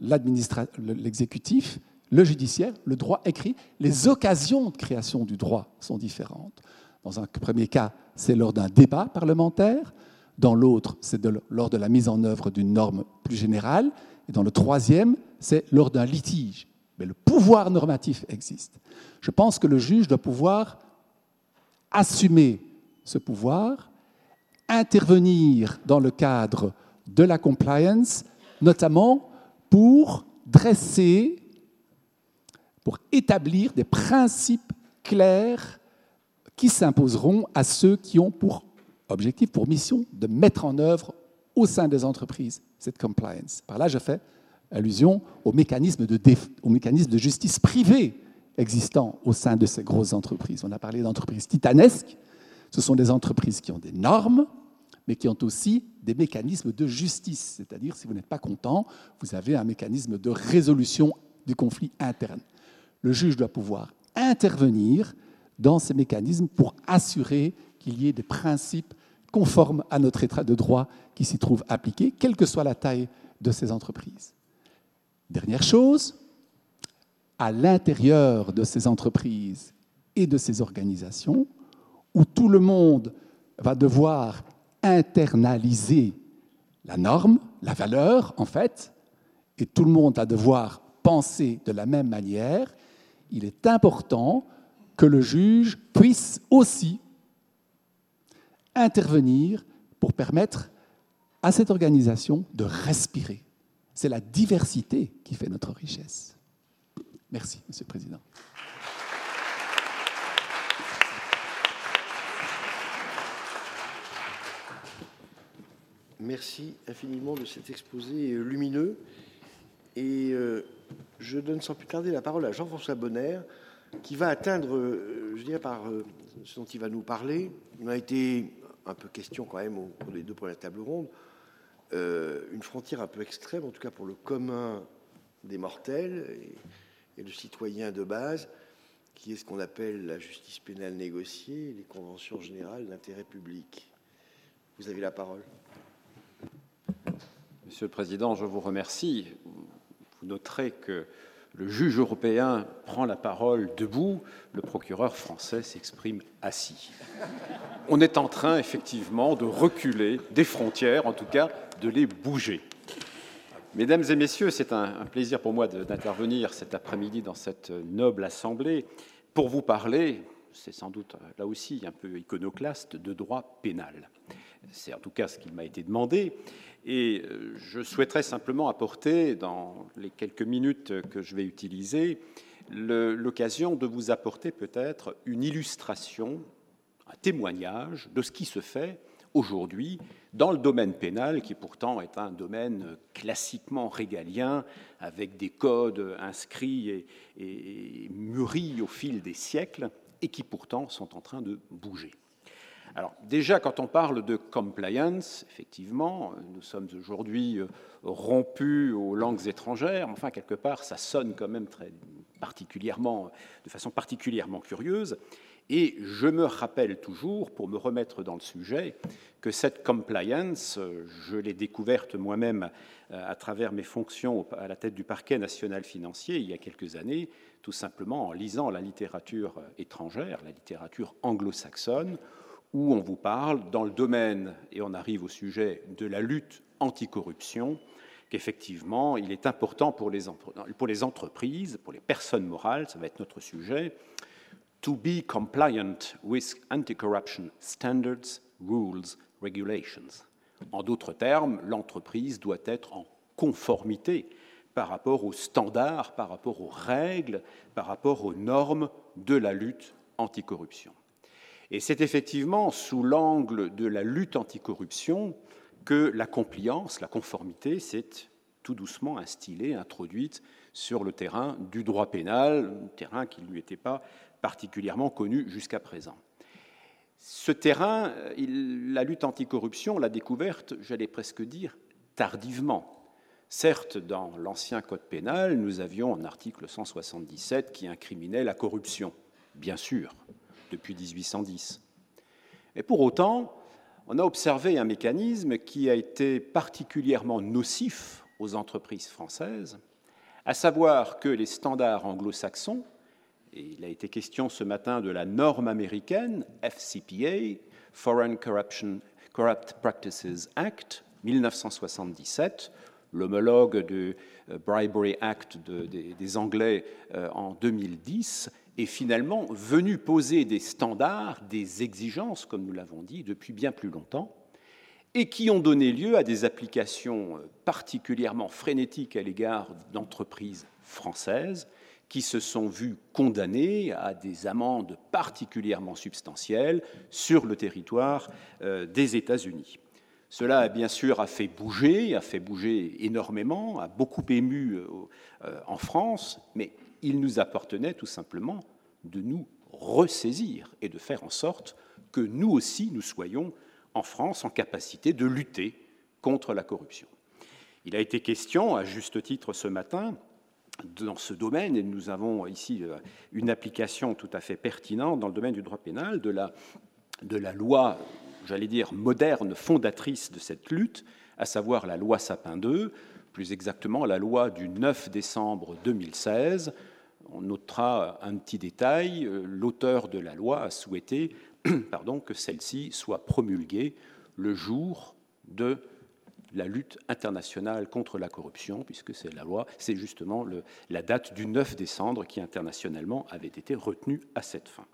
Speaker 3: l'exécutif, le judiciaire. Le droit est créé. Les occasions de création du droit sont différentes. Dans un premier cas, c'est lors d'un débat parlementaire. Dans l'autre, c'est de, lors de la mise en œuvre d'une norme plus générale. Et dans le troisième, c'est lors d'un litige. Mais le pouvoir normatif existe. Je pense que le juge doit pouvoir assumer ce pouvoir, intervenir dans le cadre de la compliance, notamment pour dresser, pour établir des principes clairs qui s'imposeront à ceux qui ont pour objectif, pour mission, de mettre en œuvre au sein des entreprises cette compliance. Par là, je fais allusion aux mécanismes de, déf... aux mécanismes de justice privée existants au sein de ces grosses entreprises. On a parlé d'entreprises titanesques. Ce sont des entreprises qui ont des normes, mais qui ont aussi des mécanismes de justice. C'est-à-dire, si vous n'êtes pas content, vous avez un mécanisme de résolution du conflit interne. Le juge doit pouvoir intervenir dans ces mécanismes pour assurer qu'il y ait des principes conformes à notre état de droit qui s'y trouvent appliqués, quelle que soit la taille de ces entreprises. Dernière chose, à l'intérieur de ces entreprises et de ces organisations, où tout le monde va devoir internaliser la norme, la valeur, en fait, et tout le monde va devoir penser de la même manière, il est important que le juge puisse aussi intervenir pour permettre à cette organisation de respirer. C'est la diversité qui fait notre richesse. Merci, Monsieur le Président.
Speaker 1: Merci infiniment de cet exposé lumineux. Et euh, je donne sans plus tarder la parole à Jean-François Bonner, qui va atteindre, euh, je dirais, par euh, ce dont il va nous parler. Il m'a été un peu question quand même au cours des deux premières tables rondes, euh, une frontière un peu extrême, en tout cas pour le commun des mortels et, et le citoyen de base, qui est ce qu'on appelle la justice pénale négociée et les conventions générales d'intérêt public. Vous avez la parole.
Speaker 4: Monsieur le Président, je vous remercie. Vous noterez que Le juge européen prend la parole debout, le procureur français s'exprime assis. On est en train, effectivement, de reculer des frontières, en tout cas, de les bouger. Mesdames et messieurs, c'est un, un plaisir pour moi d'intervenir cet après-midi dans cette noble assemblée pour vous parler, c'est sans doute là aussi un peu iconoclaste, de droit pénal. C'est en tout cas ce qui m'a été demandé. Et je souhaiterais simplement apporter, dans les quelques minutes que je vais utiliser, l'occasion de vous apporter peut-être une illustration, un témoignage de ce qui se fait aujourd'hui dans le domaine pénal, qui pourtant est un domaine classiquement régalien, avec des codes inscrits et, et mûris au fil des siècles, et qui pourtant sont en train de bouger. Alors déjà, quand on parle de compliance, effectivement, nous sommes aujourd'hui rompus aux langues étrangères, enfin, quelque part, ça sonne quand même très particulièrement, de façon particulièrement curieuse. Et je me rappelle toujours, pour me remettre dans le sujet, que cette compliance, je l'ai découverte moi-même à travers mes fonctions à la tête du parquet national financier il y a quelques années, tout simplement en lisant la littérature étrangère, la littérature anglo-saxonne, où on vous parle dans le domaine, et on arrive au sujet de la lutte anticorruption, qu'effectivement, il est important pour les, pour les entreprises, pour les personnes morales, ça va être notre sujet, to be compliant with anti-corruption standards, rules, regulations. En d'autres termes, l'entreprise doit être en conformité par rapport aux standards, par rapport aux règles, par rapport aux normes de la lutte anticorruption. Et c'est effectivement sous l'angle de la lutte anticorruption que la compliance, la conformité, s'est tout doucement instillée, introduite sur le terrain du droit pénal, un terrain qui ne lui était pas particulièrement connu jusqu'à présent. Ce terrain, il, la lutte anticorruption, l'a découverte, j'allais presque dire, tardivement. Certes, dans l'ancien code pénal, nous avions un article cent soixante-dix-sept qui incriminait la corruption, bien sûr, depuis mille huit cent dix. Mais pour autant, on a observé un mécanisme qui a été particulièrement nocif aux entreprises françaises, à savoir que les standards anglo-saxons, et il a été question ce matin de la norme américaine, F C P A, Foreign Corruption, Corrupt Practices Act, mille neuf cent soixante-dix-sept, l'homologue du Bribery Act de, des, des Anglais euh, en deux mille dix, est finalement venu poser des standards, des exigences, comme nous l'avons dit, depuis bien plus longtemps, et qui ont donné lieu à des applications particulièrement frénétiques à l'égard d'entreprises françaises qui se sont vues condamnées à des amendes particulièrement substantielles sur le territoire euh, des États-Unis. Cela, bien sûr, a fait bouger, a fait bouger énormément, a beaucoup ému euh, en France, mais il nous appartenait tout simplement de nous ressaisir et de faire en sorte que nous aussi, nous soyons en France en capacité de lutter contre la corruption. Il a été question, à juste titre ce matin, dans ce domaine, et nous avons ici une application tout à fait pertinente dans le domaine du droit pénal, de la, de la loi, j'allais dire, moderne, fondatrice de cette lutte, à savoir la loi Sapin deux, plus exactement la loi du neuf décembre deux mille seize. On notera un petit détail, l'auteur de la loi a souhaité pardon, que celle-ci soit promulguée le jour de la lutte internationale contre la corruption, puisque c'est la loi, c'est justement le, la date du neuf décembre qui internationalement avait été retenue à cette fin.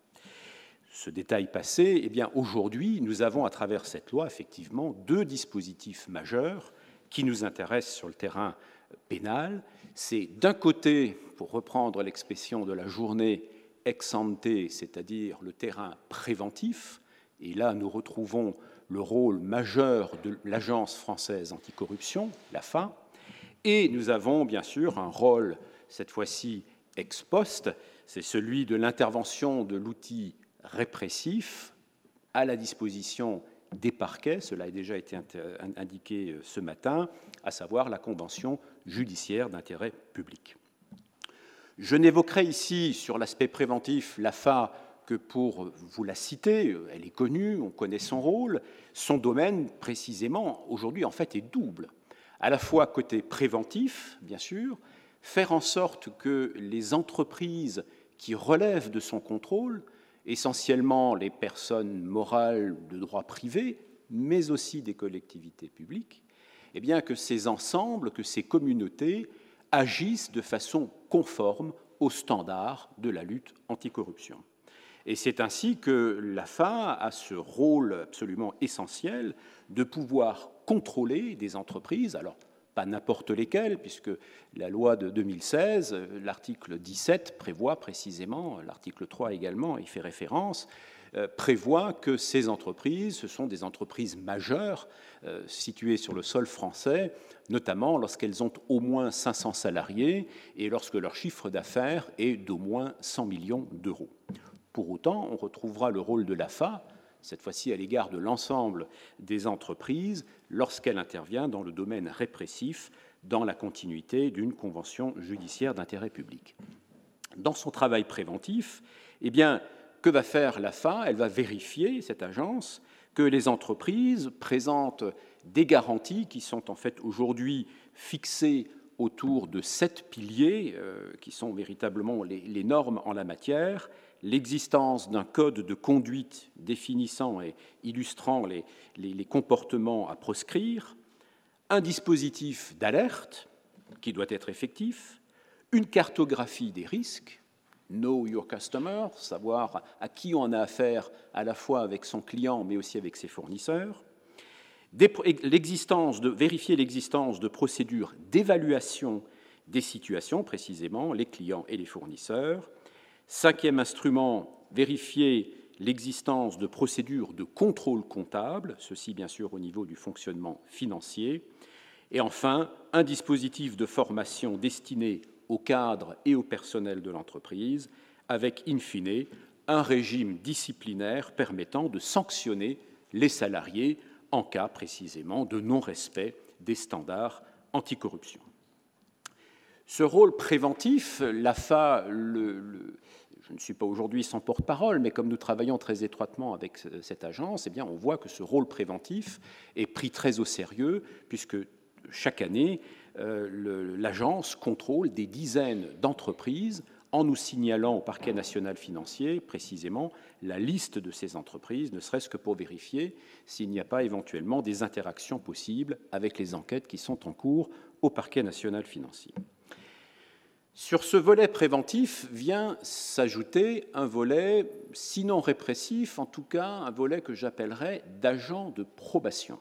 Speaker 4: Ce détail passé, eh bien aujourd'hui, nous avons à travers cette loi effectivement deux dispositifs majeurs qui nous intéressent sur le terrain pénal. C'est d'un côté, pour reprendre l'expression de la journée, ex ante, c'est-à-dire le terrain préventif, et là nous retrouvons le rôle majeur de l'Agence française anticorruption, l'A F A, et nous avons bien sûr un rôle, cette fois-ci ex post, c'est celui de l'intervention de l'outil répressif à la disposition des parquets, cela a déjà été indiqué ce matin, à savoir la convention judiciaire d'intérêt public. Je n'évoquerai ici, sur l'aspect préventif, l'A F A que pour vous la citer, elle est connue, on connaît son rôle, son domaine précisément, aujourd'hui en fait, est double. À la fois côté préventif, bien sûr, faire en sorte que les entreprises qui relèvent de son contrôle, essentiellement les personnes morales de droit privé, mais aussi des collectivités publiques, eh bien que ces ensembles, que ces communautés agissent de façon conforme aux standards de la lutte anticorruption. Et c'est ainsi que l'A F A a ce rôle absolument essentiel de pouvoir contrôler des entreprises, alors pas n'importe lesquelles, puisque la loi de deux mille seize, l'article dix-sept prévoit précisément, l'article trois également y fait référence, euh, prévoit que ces entreprises, ce sont des entreprises majeures euh, situées sur le sol français, notamment lorsqu'elles ont au moins cinq cents salariés et lorsque leur chiffre d'affaires est d'au moins cent millions d'euros. Pour autant, on retrouvera le rôle de l'A F A, cette fois-ci à l'égard de l'ensemble des entreprises, lorsqu'elle intervient dans le domaine répressif, dans la continuité d'une convention judiciaire d'intérêt public. Dans son travail préventif, eh bien, que va faire l'A F A? Elle va vérifier, cette agence, que les entreprises présentent des garanties qui sont en fait aujourd'hui fixées autour de sept piliers, euh, qui sont véritablement les, les normes en la matière: l'existence d'un code de conduite définissant et illustrant les, les, les comportements à proscrire, un dispositif d'alerte qui doit être effectif, une cartographie des risques, know your customer, savoir à qui on a affaire à la fois avec son client mais aussi avec ses fournisseurs, l'existence de, vérifier l'existence de procédures d'évaluation des situations, précisément les clients et les fournisseurs. Cinquième instrument, vérifier l'existence de procédures de contrôle comptable, ceci bien sûr au niveau du fonctionnement financier. Et enfin, un dispositif de formation destiné aux cadres et au personnel de l'entreprise, avec, in fine, un régime disciplinaire permettant de sanctionner les salariés en cas précisément de non-respect des standards anticorruption. Ce rôle préventif, l'A F A, le, le, je ne suis pas aujourd'hui son porte-parole, mais comme nous travaillons très étroitement avec cette agence, eh bien, on voit que ce rôle préventif est pris très au sérieux, puisque chaque année, euh, l'agence contrôle des dizaines d'entreprises en nous signalant au parquet national financier précisément la liste de ces entreprises, ne serait-ce que pour vérifier s'il n'y a pas éventuellement des interactions possibles avec les enquêtes qui sont en cours au parquet national financier. Sur ce volet préventif vient s'ajouter un volet, sinon répressif, en tout cas un volet que j'appellerais d'agent de probation.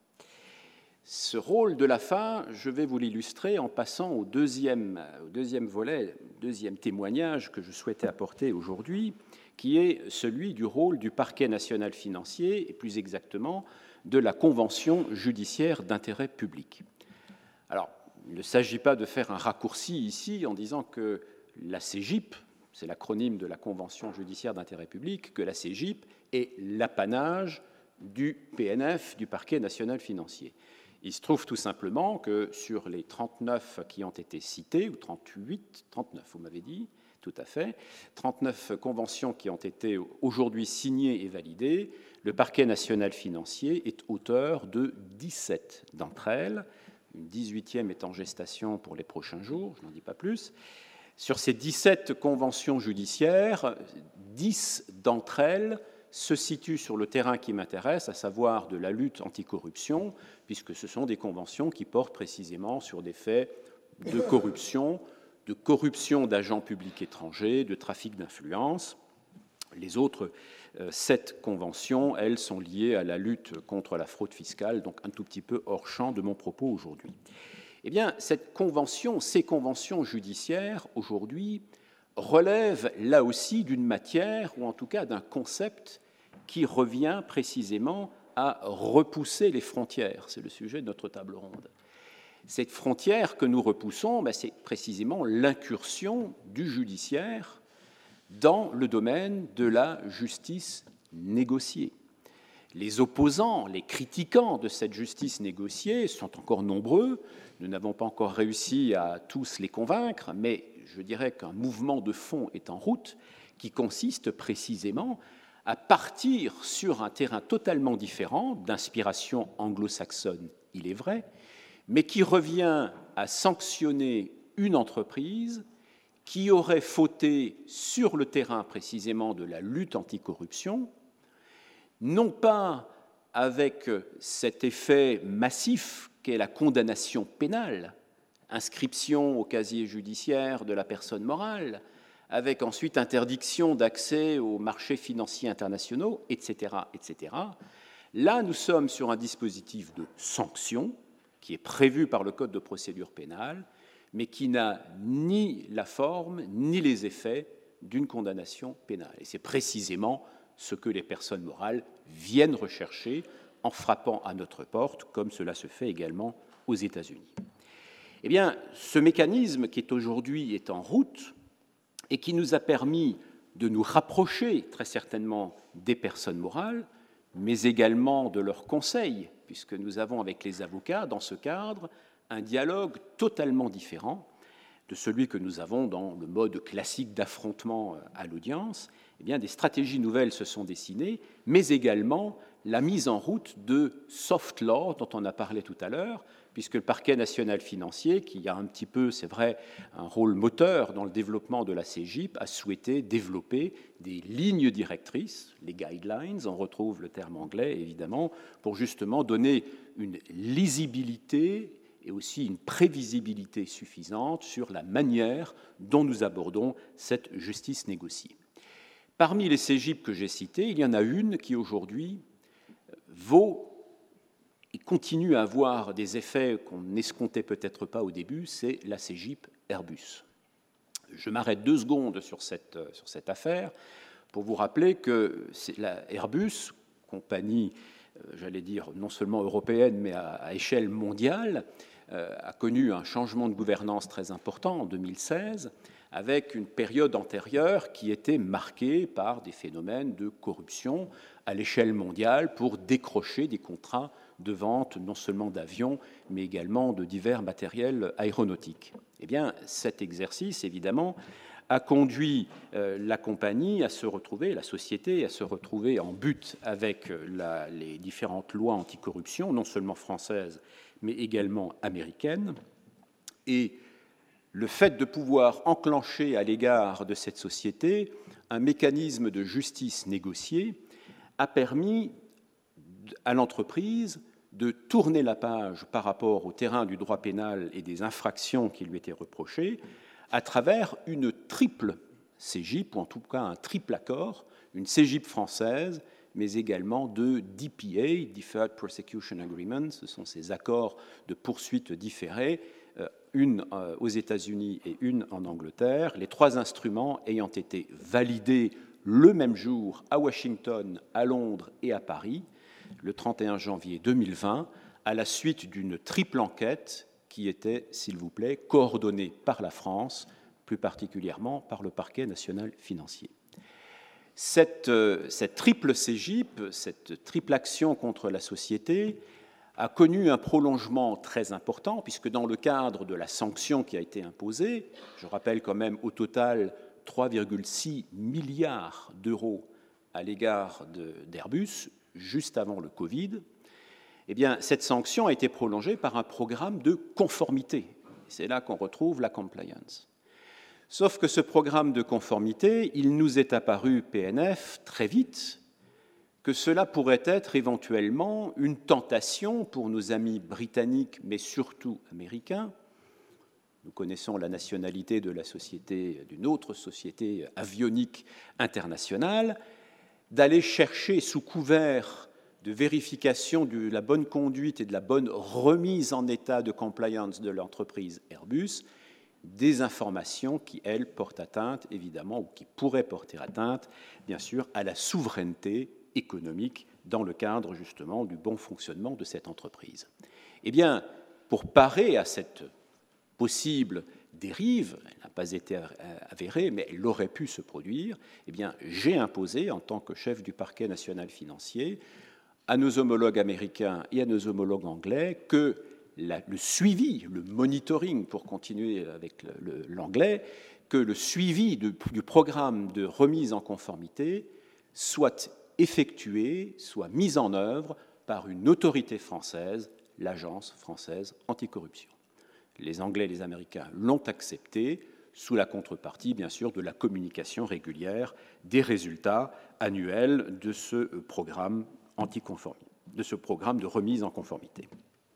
Speaker 4: Ce rôle de l'A F A, je vais vous l'illustrer en passant au deuxième, au deuxième volet, deuxième témoignage que je souhaitais apporter aujourd'hui, qui est celui du rôle du parquet national financier, et plus exactement de la convention judiciaire d'intérêt public. Alors, il ne s'agit pas de faire un raccourci ici en disant que la C J P, c'est l'acronyme de la Convention judiciaire d'intérêt public, que la C J P est l'apanage du P N F, du parquet national financier. Il se trouve tout simplement que sur les trente-neuf qui ont été cités, ou trente-huit, trente-neuf, vous m'avez dit, tout à fait, trente-neuf conventions qui ont été aujourd'hui signées et validées, le parquet national financier est auteur de dix-sept d'entre elles, une dix-huitième est en gestation pour les prochains jours, je n'en dis pas plus. Sur ces dix-sept conventions judiciaires, dix d'entre elles se situent sur le terrain qui m'intéresse, à savoir de la lutte anticorruption, puisque ce sont des conventions qui portent précisément sur des faits de corruption, de corruption d'agents publics étrangers, de trafic d'influence. Les autres euh, sept conventions, elles, sont liées à la lutte contre la fraude fiscale, donc un tout petit peu hors champ de mon propos aujourd'hui. Eh bien, cette convention, ces conventions judiciaires, aujourd'hui, relèvent là aussi d'une matière, ou en tout cas d'un concept qui revient précisément à repousser les frontières. C'est le sujet de notre table ronde. Cette frontière que nous repoussons, ben, c'est précisément l'incursion du judiciaire dans le domaine de la justice négociée. Les opposants, les critiquants de cette justice négociée sont encore nombreux. Nous n'avons pas encore réussi à tous les convaincre, mais je dirais qu'un mouvement de fond est en route qui consiste précisément à partir sur un terrain totalement différent, d'inspiration anglo-saxonne, il est vrai, mais qui revient à sanctionner une entreprise qui aurait fauté sur le terrain précisément de la lutte anticorruption, non pas avec cet effet massif qu'est la condamnation pénale, inscription au casier judiciaire de la personne morale, avec ensuite interdiction d'accès aux marchés financiers internationaux, et cetera, et cetera. Là, nous sommes sur un dispositif de sanction qui est prévu par le Code de procédure pénale, mais qui n'a ni la forme ni les effets d'une condamnation pénale. Et c'est précisément ce que les personnes morales viennent rechercher en frappant à notre porte, comme cela se fait également aux États-Unis. Eh bien, ce mécanisme qui est aujourd'hui est en route et qui nous a permis de nous rapprocher très certainement des personnes morales, mais également de leurs conseils, puisque nous avons avec les avocats, dans ce cadre, un dialogue totalement différent de celui que nous avons dans le mode classique d'affrontement à l'audience. Eh bien, des stratégies nouvelles se sont dessinées, mais également la mise en route de soft law dont on a parlé tout à l'heure, puisque le parquet national financier, qui a un petit peu, c'est vrai, un rôle moteur dans le développement de la C J I P, a souhaité développer des lignes directrices, les guidelines, on retrouve le terme anglais évidemment, pour justement donner une lisibilité et aussi une prévisibilité suffisante sur la manière dont nous abordons cette justice négociée. Parmi les C J I P que j'ai citées, il y en a une qui aujourd'hui vaut et continue à avoir des effets qu'on n'escomptait peut-être pas au début, c'est la C J I P Airbus. Je m'arrête deux secondes sur cette, sur cette affaire pour vous rappeler que c'est la Airbus, compagnie, euh, j'allais dire, non seulement européenne, mais à, à échelle mondiale, euh, a connu un changement de gouvernance très important en deux mille seize, avec une période antérieure qui était marquée par des phénomènes de corruption à l'échelle mondiale pour décrocher des contrats de vente non seulement d'avions, mais également de divers matériels aéronautiques. Eh bien, cet exercice, évidemment, a conduit euh, la compagnie à se retrouver, la société, à se retrouver en butte avec la, les différentes lois anticorruption, non seulement françaises, mais également américaines. Et le fait de pouvoir enclencher à l'égard de cette société un mécanisme de justice négociée a permis à l'entreprise de tourner la page par rapport au terrain du droit pénal et des infractions qui lui étaient reprochées à travers une triple C J I P, ou en tout cas un triple accord, une C J I P française, mais également deux D P A, Deferred Prosecution Agreements, ce sont ces accords de poursuite différés, une aux États-Unis et une en Angleterre, les trois instruments ayant été validés le même jour à Washington, à Londres et à Paris, le trente et un janvier deux mille vingt, à la suite d'une triple enquête qui était, s'il vous plaît, coordonnée par la France, plus particulièrement par le parquet national financier. Cette, cette triple C J I P, cette triple action contre la société, a connu un prolongement très important, puisque dans le cadre de la sanction qui a été imposée, je rappelle quand même au total trois virgule six milliards d'euros à l'égard d'Airbus, juste avant le Covid, eh bien, cette sanction a été prolongée par un programme de conformité. C'est là qu'on retrouve la compliance. Sauf que ce programme de conformité, il nous est apparu, P N F, très vite, que cela pourrait être éventuellement une tentation pour nos amis britanniques, mais surtout américains. Nous connaissons la nationalité de la société, d'une autre société avionique internationale, d'aller chercher sous couvert de vérification de la bonne conduite et de la bonne remise en état de compliance de l'entreprise Airbus, des informations qui, elles, portent atteinte, évidemment, ou qui pourraient porter atteinte, bien sûr, à la souveraineté économique dans le cadre, justement, du bon fonctionnement de cette entreprise. Eh bien, pour parer à cette possible dérive, elle n'a pas été avérée, mais elle aurait pu se produire, eh bien, j'ai imposé, en tant que chef du parquet national financier, à nos homologues américains et à nos homologues anglais, que la, le suivi, le monitoring, pour continuer avec l'anglais, que le suivi de, du programme de remise en conformité soit effectué, soit mis en œuvre par une autorité française, l'Agence française anticorruption. Les Anglais et les Américains l'ont accepté, sous la contrepartie, bien sûr, de la communication régulière des résultats annuels de ce programme anticonformité, de ce programme de remise en conformité.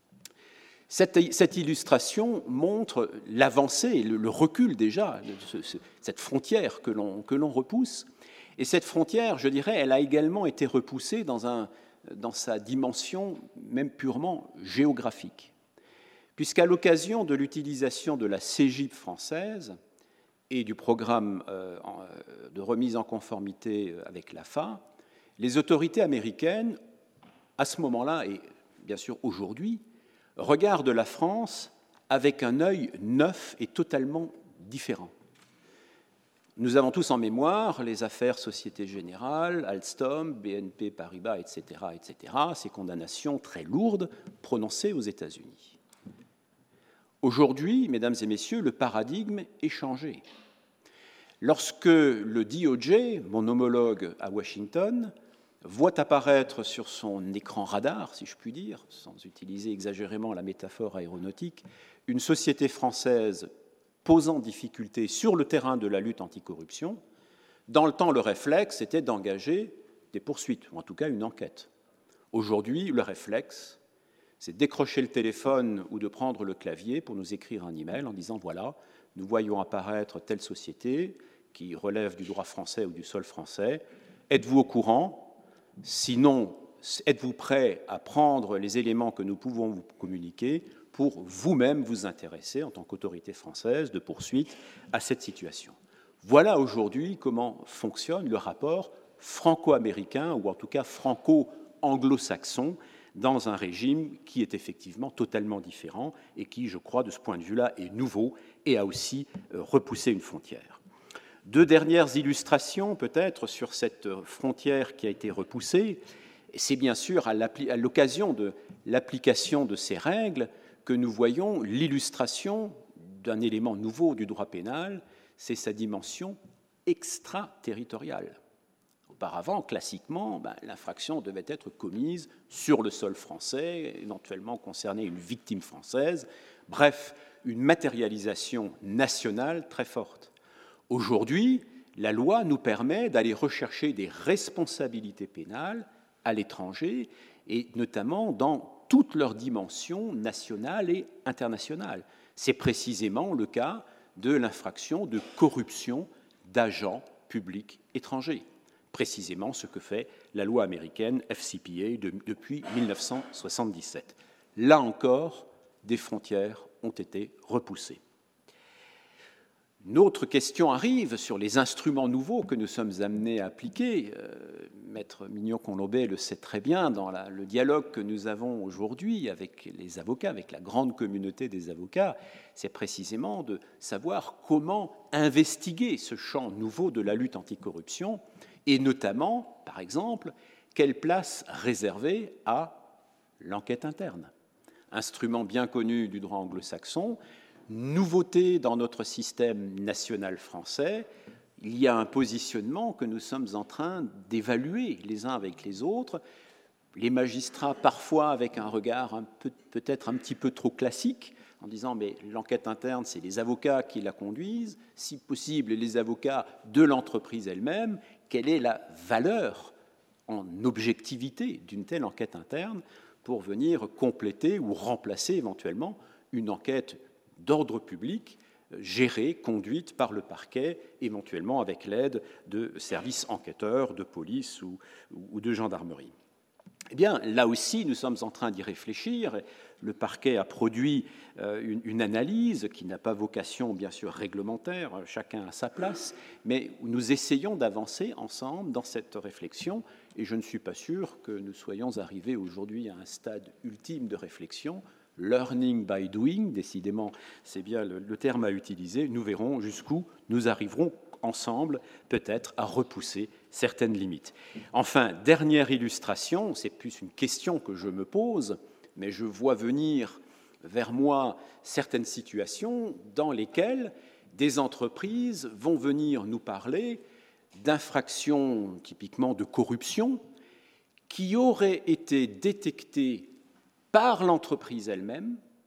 Speaker 4: Cette, cette illustration montre l'avancée, le, le recul déjà, de ce, cette frontière que l'on, que l'on repousse. Et cette frontière, je dirais, elle a également été repoussée dans, un, dans sa dimension même purement géographique. Puisqu'à l'occasion de l'utilisation de la C G I P française et du programme de remise en conformité avec l'A F A, les autorités américaines, à ce moment-là et bien sûr aujourd'hui, regardent la France avec un œil neuf et totalement différent. Nous avons tous en mémoire les affaires Société Générale, Alstom, B N P Paribas, et cetera, et cetera, ces condamnations très lourdes prononcées aux États-Unis. Aujourd'hui, mesdames et messieurs, le paradigme est changé. Lorsque le D O J, mon homologue à Washington, voit apparaître sur son écran radar, si je puis dire, sans utiliser exagérément la métaphore aéronautique, une société française posant difficulté sur le terrain de la lutte anticorruption, dans le temps, le réflexe était d'engager des poursuites, ou en tout cas une enquête. Aujourd'hui, le réflexe, c'est décrocher le téléphone ou de prendre le clavier pour nous écrire un email en disant « Voilà, nous voyons apparaître telle société qui relève du droit français ou du sol français. Êtes-vous au courant? Sinon, êtes-vous prêt à prendre les éléments que nous pouvons vous communiquer pour vous-même vous intéresser, en tant qu'autorité française, de poursuite à cette situation ?» Voilà aujourd'hui comment fonctionne le rapport franco-américain, ou en tout cas franco-anglo-saxon, dans un régime qui est effectivement totalement différent et qui, je crois, de ce point de vue-là, est nouveau et a aussi repoussé une frontière. Deux dernières illustrations, peut-être, sur cette frontière qui a été repoussée. C'est bien sûr à l'occasion de l'application de ces règles que nous voyons l'illustration d'un élément nouveau du droit pénal, c'est sa dimension extraterritoriale. Auparavant, classiquement, ben, l'infraction devait être commise sur le sol français, éventuellement concerner une victime française, bref, une matérialisation nationale très forte. Aujourd'hui, la loi nous permet d'aller rechercher des responsabilités pénales à l'étranger, et notamment dans toutes leurs dimensions nationales et internationales. C'est précisément le cas de l'infraction de corruption d'agents publics étrangers. Précisément ce que fait la loi américaine F C P A de, depuis mille neuf cent soixante-dix-sept. Là encore, des frontières ont été repoussées. Une autre question arrive sur les instruments nouveaux que nous sommes amenés à appliquer. Euh, Maître Mignon-Colombet le sait très bien dans la, le dialogue que nous avons aujourd'hui avec les avocats, avec la grande communauté des avocats, c'est précisément de savoir comment investiguer ce champ nouveau de la lutte anticorruption et notamment, par exemple, quelle place réserver à l'enquête interne. Instrument bien connu du droit anglo-saxon, nouveauté dans notre système national français, il y a un positionnement que nous sommes en train d'évaluer les uns avec les autres. Les magistrats, parfois avec un regard un peu, peut-être un petit peu trop classique, en disant mais l'enquête interne, c'est les avocats qui la conduisent, si possible les avocats de l'entreprise elle-même. Quelle est la valeur en objectivité d'une telle enquête interne pour venir compléter ou remplacer éventuellement une enquête d'ordre public gérée, conduite par le parquet, éventuellement avec l'aide de services enquêteurs, de police ou, ou de gendarmerie. Eh bien, là aussi, nous sommes en train d'y réfléchir. Le parquet a produit une, une analyse qui n'a pas vocation, bien sûr, réglementaire, chacun à sa place, mais nous essayons d'avancer ensemble dans cette réflexion, et je ne suis pas sûr que nous soyons arrivés aujourd'hui à un stade ultime de réflexion. Learning by doing, décidément, c'est bien le, le terme à utiliser. Nous verrons jusqu'où nous arriverons ensemble, peut-être, à repousser certaines limites. Enfin, dernière illustration, c'est plus une question que je me pose, mais je vois venir vers moi certaines situations dans lesquelles des entreprises vont venir nous parler d'infractions typiquement de corruption qui auraient été détectées par l'entreprise elle-même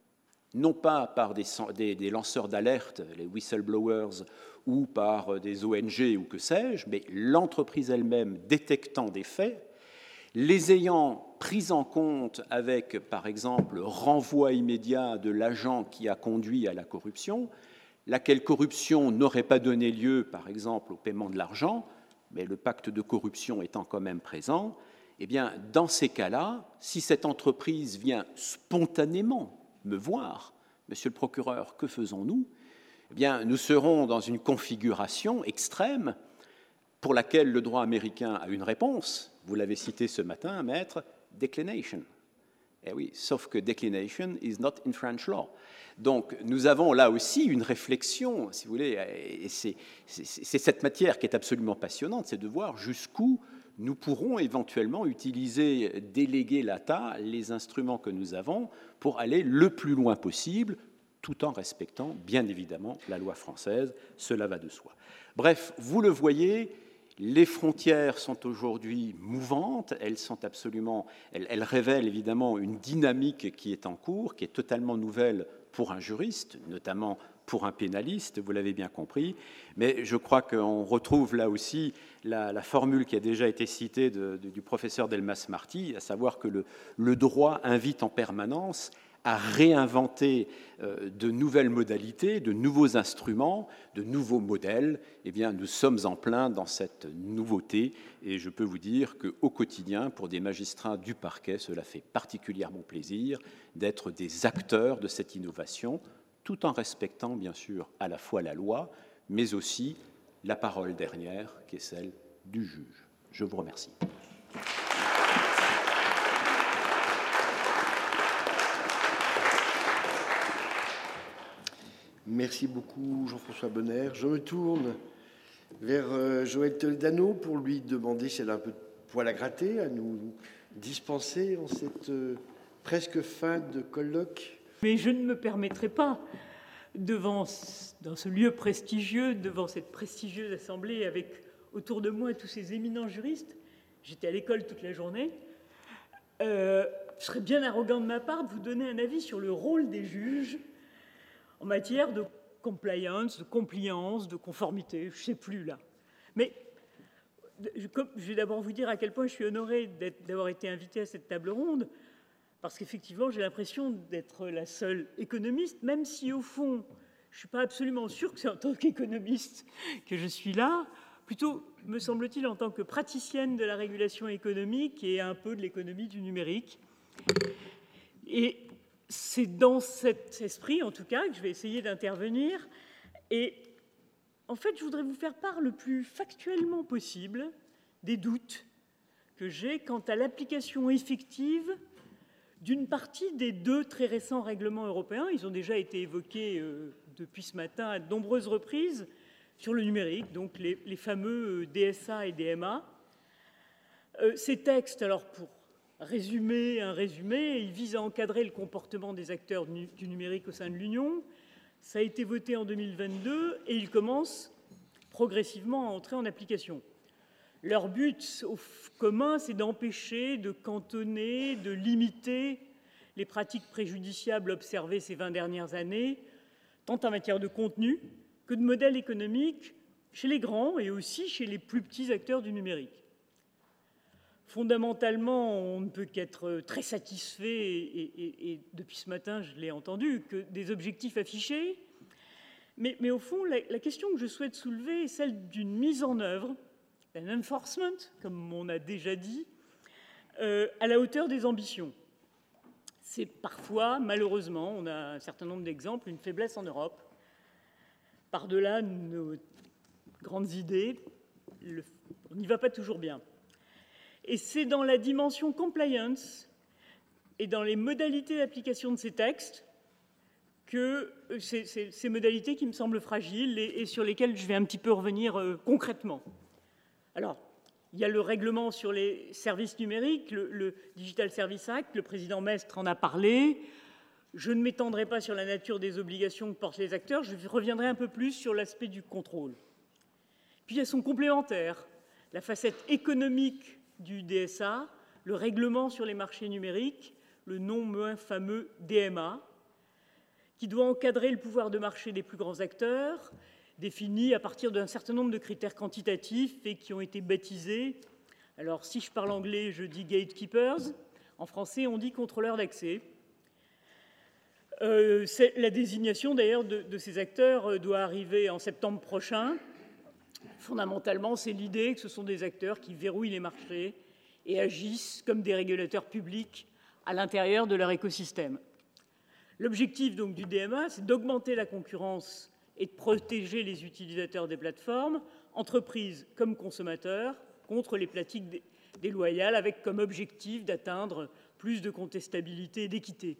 Speaker 4: non pas par des, des, des lanceurs d'alerte, les whistleblowers, ou par des O N G ou que sais-je, mais l'entreprise elle-même détectant des faits, les ayant pris en compte avec, par exemple, le renvoi immédiat de l'agent qui a conduit à la corruption, laquelle corruption n'aurait pas donné lieu, par exemple, au paiement de l'argent, mais le pacte de corruption étant quand même présent, eh bien, dans ces cas-là, si cette entreprise vient spontanément me voir, monsieur le procureur, que faisons-nous ? Eh bien, nous serons dans une configuration extrême pour laquelle le droit américain a une réponse. Vous l'avez cité ce matin, maître, declination. Eh oui, sauf que declination is not in French law. Donc, nous avons là aussi une réflexion, si vous voulez, et c'est, c'est, c'est cette matière qui est absolument passionnante, c'est de voir jusqu'où nous pourrons éventuellement utiliser, déléguer l'A T A, les instruments que nous avons, pour aller le plus loin possible, tout en respectant, bien évidemment, la loi française. Cela va de soi. Bref, vous le voyez, les frontières sont aujourd'hui mouvantes, elles sont absolument, elles, elles révèlent évidemment une dynamique qui est en cours, qui est totalement nouvelle pour un juriste, notamment pour un pénaliste, vous l'avez bien compris, mais je crois qu'on retrouve là aussi la, la formule qui a déjà été citée de, de, du professeur Delmas-Marty, à savoir que le, le droit invite en permanence à réinventer euh, de nouvelles modalités, de nouveaux instruments, de nouveaux modèles. Eh bien, nous sommes en plein dans cette nouveauté et je peux vous dire qu'au quotidien, pour des magistrats du parquet, cela fait particulièrement plaisir d'être des acteurs de cette innovation, tout en respectant, bien sûr, à la fois la loi, mais aussi la parole dernière, qui est celle du juge. Je vous remercie.
Speaker 1: Merci beaucoup, Jean-François Bonner. Je me tourne vers euh, Joëlle Toledano pour lui demander si elle a un peu de poil à gratter, à nous dispenser en cette euh, presque fin de colloque.
Speaker 5: Mais je ne me permettrai pas, devant, dans ce lieu prestigieux, devant cette prestigieuse assemblée, avec autour de moi tous ces éminents juristes, j'étais à l'école toute la journée, euh, ce serait bien arrogant de ma part de vous donner un avis sur le rôle des juges en matière de compliance, de compliance, de conformité, je ne sais plus là. Mais je, je vais d'abord vous dire à quel point je suis honoré d'avoir été invité à cette table ronde, parce qu'effectivement, j'ai l'impression d'être la seule économiste, même si, au fond, je ne suis pas absolument sûre que c'est en tant qu'économiste que je suis là, plutôt, me semble-t-il, en tant que praticienne de la régulation économique et un peu de l'économie du numérique. Et c'est dans cet esprit, en tout cas, que je vais essayer d'intervenir. Et en fait, je voudrais vous faire part le plus factuellement possible des doutes que j'ai quant à l'application effective d'une partie des deux très récents règlements européens. Ils ont déjà été évoqués euh, depuis ce matin à de nombreuses reprises sur le numérique, donc les, les fameux D S A et D M A. Euh, ces textes, alors pour résumer un résumé, ils visent à encadrer le comportement des acteurs du, du numérique au sein de l'Union. Ça a été voté en deux mille vingt-deux et ils commencent progressivement à entrer en application. Leur but commun, c'est d'empêcher, de cantonner, de limiter les pratiques préjudiciables observées ces vingt dernières années, tant en matière de contenu que de modèle économique chez les grands et aussi chez les plus petits acteurs du numérique. Fondamentalement, on ne peut qu'être très satisfait, et, et, et depuis ce matin, je l'ai entendu, que des objectifs affichés, mais, mais au fond, la, la question que je souhaite soulever est celle d'une mise en œuvre, d'un enforcement, comme on a déjà dit, euh, à la hauteur des ambitions. C'est parfois, malheureusement, on a un certain nombre d'exemples, une faiblesse en Europe. Par-delà nos grandes idées, le, on n'y va pas toujours bien. Et c'est dans la dimension compliance et dans les modalités d'application de ces textes que c'est, c'est, ces modalités qui me semblent fragiles et, et sur lesquelles je vais un petit peu revenir euh, concrètement. Alors, il y a le règlement sur les services numériques, le, le Digital Services Act, le président Mestre en a parlé. Je ne m'étendrai pas sur la nature des obligations que portent les acteurs, je reviendrai un peu plus sur l'aspect du contrôle. Puis il y a son complémentaire, la facette économique du D S A, le règlement sur les marchés numériques, le non moins fameux D M A. qui doit encadrer le pouvoir de marché des plus grands acteurs, défini à partir d'un certain nombre de critères quantitatifs et qui ont été baptisés. Alors, si je parle anglais, je dis gatekeepers. En français, on dit contrôleurs d'accès. Euh, la désignation, d'ailleurs, de, de ces acteurs doit arriver en septembre prochain. Fondamentalement, c'est l'idée que ce sont des acteurs qui verrouillent les marchés et agissent comme des régulateurs publics à l'intérieur de leur écosystème. L'objectif donc du D M A, c'est d'augmenter la concurrence et de protéger les utilisateurs des plateformes, entreprises comme consommateurs, contre les pratiques déloyales, avec comme objectif d'atteindre plus de contestabilité et d'équité.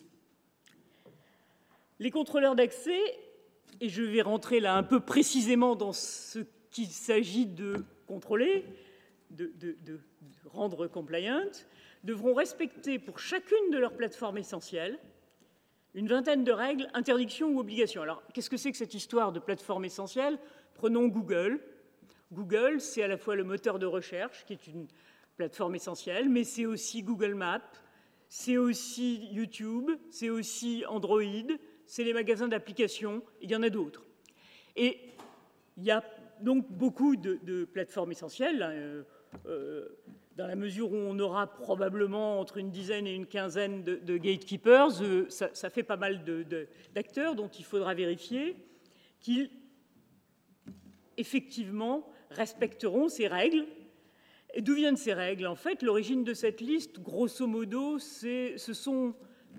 Speaker 5: Les contrôleurs d'accès, et je vais rentrer là un peu précisément dans ce qu'il s'agit de contrôler, de, de, de rendre compliant, devront respecter pour chacune de leurs plateformes essentielles une vingtaine de règles, interdictions ou obligations. Alors, qu'est-ce que c'est que cette histoire de plateforme essentielle? Prenons Google. Google, c'est à la fois le moteur de recherche, qui est une plateforme essentielle, mais c'est aussi Google Maps, c'est aussi YouTube, c'est aussi Android, c'est les magasins d'applications, il y en a d'autres. Et il y a donc beaucoup de, de plateformes essentielles, euh, euh, dans la mesure où on aura probablement entre une dizaine et une quinzaine de, de gatekeepers, euh, ça, ça fait pas mal de, de, d'acteurs dont il faudra vérifier qu'ils, effectivement, respecteront ces règles. Et d'où viennent ces règles? En fait, l'origine de cette liste, grosso modo, c'est, ce sont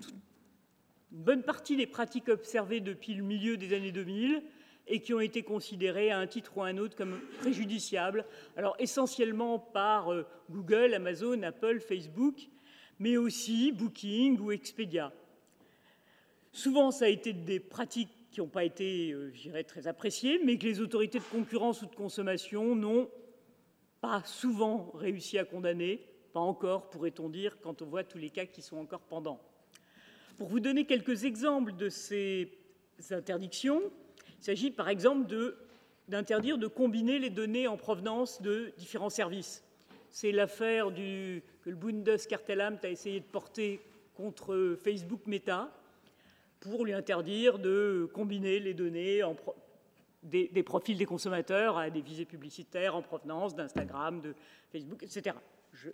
Speaker 5: une bonne partie des pratiques observées depuis le milieu des années deux mille et qui ont été considérées à un titre ou à un autre comme préjudiciables, alors essentiellement par euh, Google, Amazon, Apple, Facebook, mais aussi Booking ou Expedia. Souvent, ça a été des pratiques qui n'ont pas été, euh, je dirais, très appréciées, mais que les autorités de concurrence ou de consommation n'ont pas souvent réussi à condamner, pas encore, pourrait-on dire, quand on voit tous les cas qui sont encore pendants. Pour vous donner quelques exemples de ces interdictions, il s'agit par exemple de, d'interdire de combiner les données en provenance de différents services. C'est l'affaire du, que le Bundeskartellamt a essayé de porter contre Facebook Meta pour lui interdire de combiner les données en pro, des, des profils des consommateurs à des visées publicitaires en provenance d'Instagram, de Facebook, et cetera. Je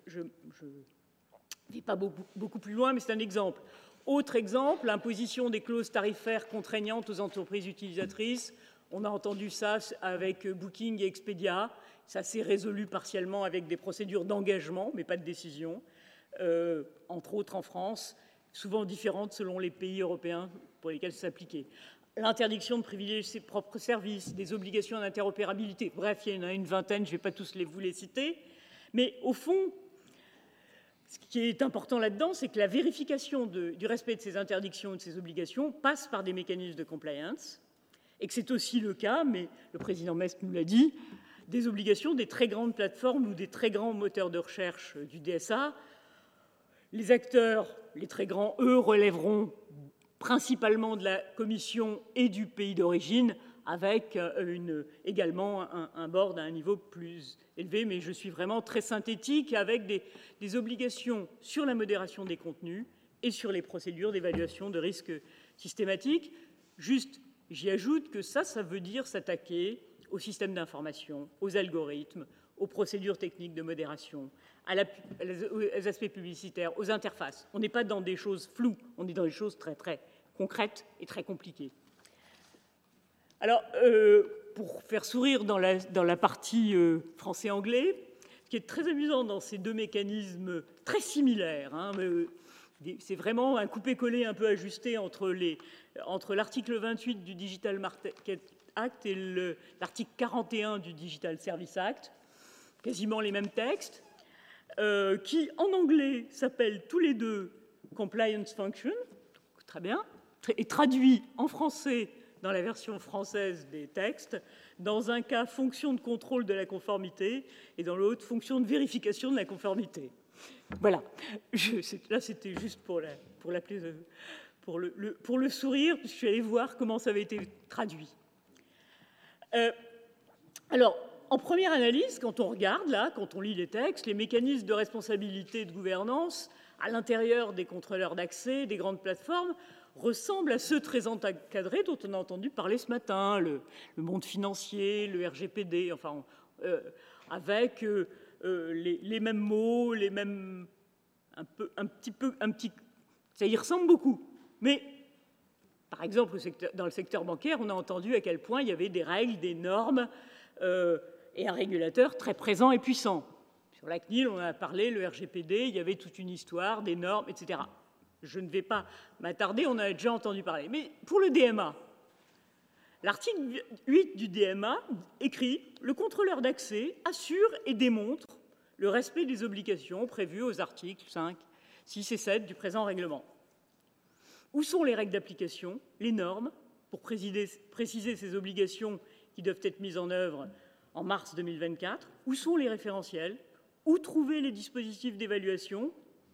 Speaker 5: ne vais pas beaucoup, beaucoup plus loin, mais c'est un exemple. Autre exemple, l'imposition des clauses tarifaires contraignantes aux entreprises utilisatrices. On a entendu ça avec Booking et Expedia. Ça s'est résolu partiellement avec des procédures d'engagement, mais pas de décision, euh, entre autres en France, souvent différentes selon les pays européens pour lesquels ça s'appliquait. L'interdiction de privilégier ses propres services, des obligations d'interopérabilité. Bref, il y en a une vingtaine, je ne vais pas tous les, vous les citer. Mais au fond, ce qui est important là-dedans, c'est que la vérification de, du respect de ces interdictions et de ces obligations passe par des mécanismes de compliance, et que c'est aussi le cas, mais le président Mest nous l'a dit, des obligations des très grandes plateformes ou des très grands moteurs de recherche du D S A. Les acteurs, les très grands, eux, relèveront principalement de la Commission et du pays d'origine, avec une, également un, un board à un niveau plus élevé, mais je suis vraiment très synthétique, avec des, des obligations sur la modération des contenus et sur les procédures d'évaluation de risques systématiques. Juste, j'y ajoute que ça, ça veut dire s'attaquer aux systèmes d'information, aux algorithmes, aux procédures techniques de modération, à la, aux aspects publicitaires, aux interfaces. On n'est pas dans des choses floues, on est dans des choses très, très concrètes et très compliquées. Alors, euh, pour faire sourire dans la, dans la partie euh, français-anglais, ce qui est très amusant dans ces deux mécanismes très similaires, hein, euh, c'est vraiment un coupé-collé un peu ajusté entre, les, entre l'article vingt-huit du Digital Market Act et le, l'article quarante et un du Digital Service Act, quasiment les mêmes textes, euh, qui en anglais s'appellent tous les deux Compliance Function, très bien, et traduit en français dans la version française des textes, dans un cas fonction de contrôle de la conformité et dans l'autre fonction de vérification de la conformité. Voilà. Je, là, c'était juste pour, la, pour, la, pour, le, le, pour le sourire, puisque je suis allée voir comment ça avait été traduit. Euh, alors, en première analyse, quand on regarde, là, quand on lit les textes, les mécanismes de responsabilité et de gouvernance à l'intérieur des contrôleurs d'accès, des grandes plateformes, ressemblent à ceux très encadrés dont on a entendu parler ce matin, le, le monde financier, le R G P D, enfin, euh, avec euh, euh, les, les mêmes mots, les mêmes, un peu, un petit peu, un petit, ça y ressemble beaucoup. Mais, par exemple, au secteur, dans le secteur bancaire, on a entendu à quel point il y avait des règles, des normes euh, et un régulateur très présent et puissant. Sur la C N I L, on a parlé, le R G P D, il y avait toute une histoire, des normes, et cetera. Je ne vais pas m'attarder, on en a déjà entendu parler. Mais pour le D M A, l'article huit du D M A écrit « Le contrôleur d'accès assure et démontre le respect des obligations prévues aux articles cinq, six et sept du présent règlement. » Où sont les règles d'application, les normes, pour préciser, préciser ces obligations qui doivent être mises en œuvre en mars deux mille vingt-quatre? Où sont les référentiels? Où trouver les dispositifs d'évaluation?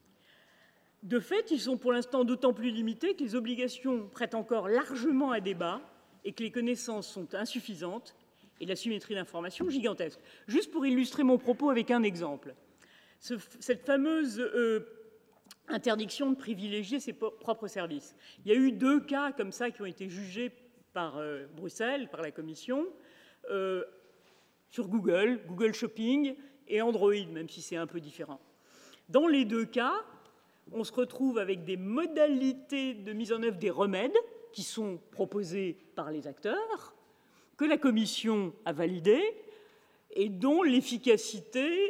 Speaker 5: De fait, ils sont pour l'instant d'autant plus limités que les obligations prêtent encore largement à débat et que les connaissances sont insuffisantes et la symétrie d'information gigantesque. Juste pour illustrer mon propos avec un exemple. Ce, cette fameuse euh, interdiction de privilégier ses propres services. Il y a eu deux cas comme ça qui ont été jugés par euh, Bruxelles, par la Commission, euh, sur Google, Google Shopping et Android, même si c'est un peu différent. Dans les deux cas, on se retrouve avec des modalités de mise en œuvre des remèdes qui sont proposés par les acteurs, que la Commission a validées et dont l'efficacité,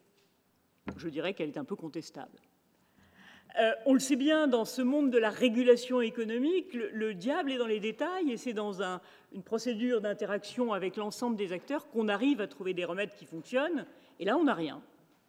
Speaker 5: je dirais qu'elle est un peu contestable. Euh, on le sait bien, dans ce monde de la régulation économique, le, le diable est dans les détails et c'est dans un, une procédure d'interaction avec l'ensemble des acteurs qu'on arrive à trouver des remèdes qui fonctionnent, et là, on n'a rien.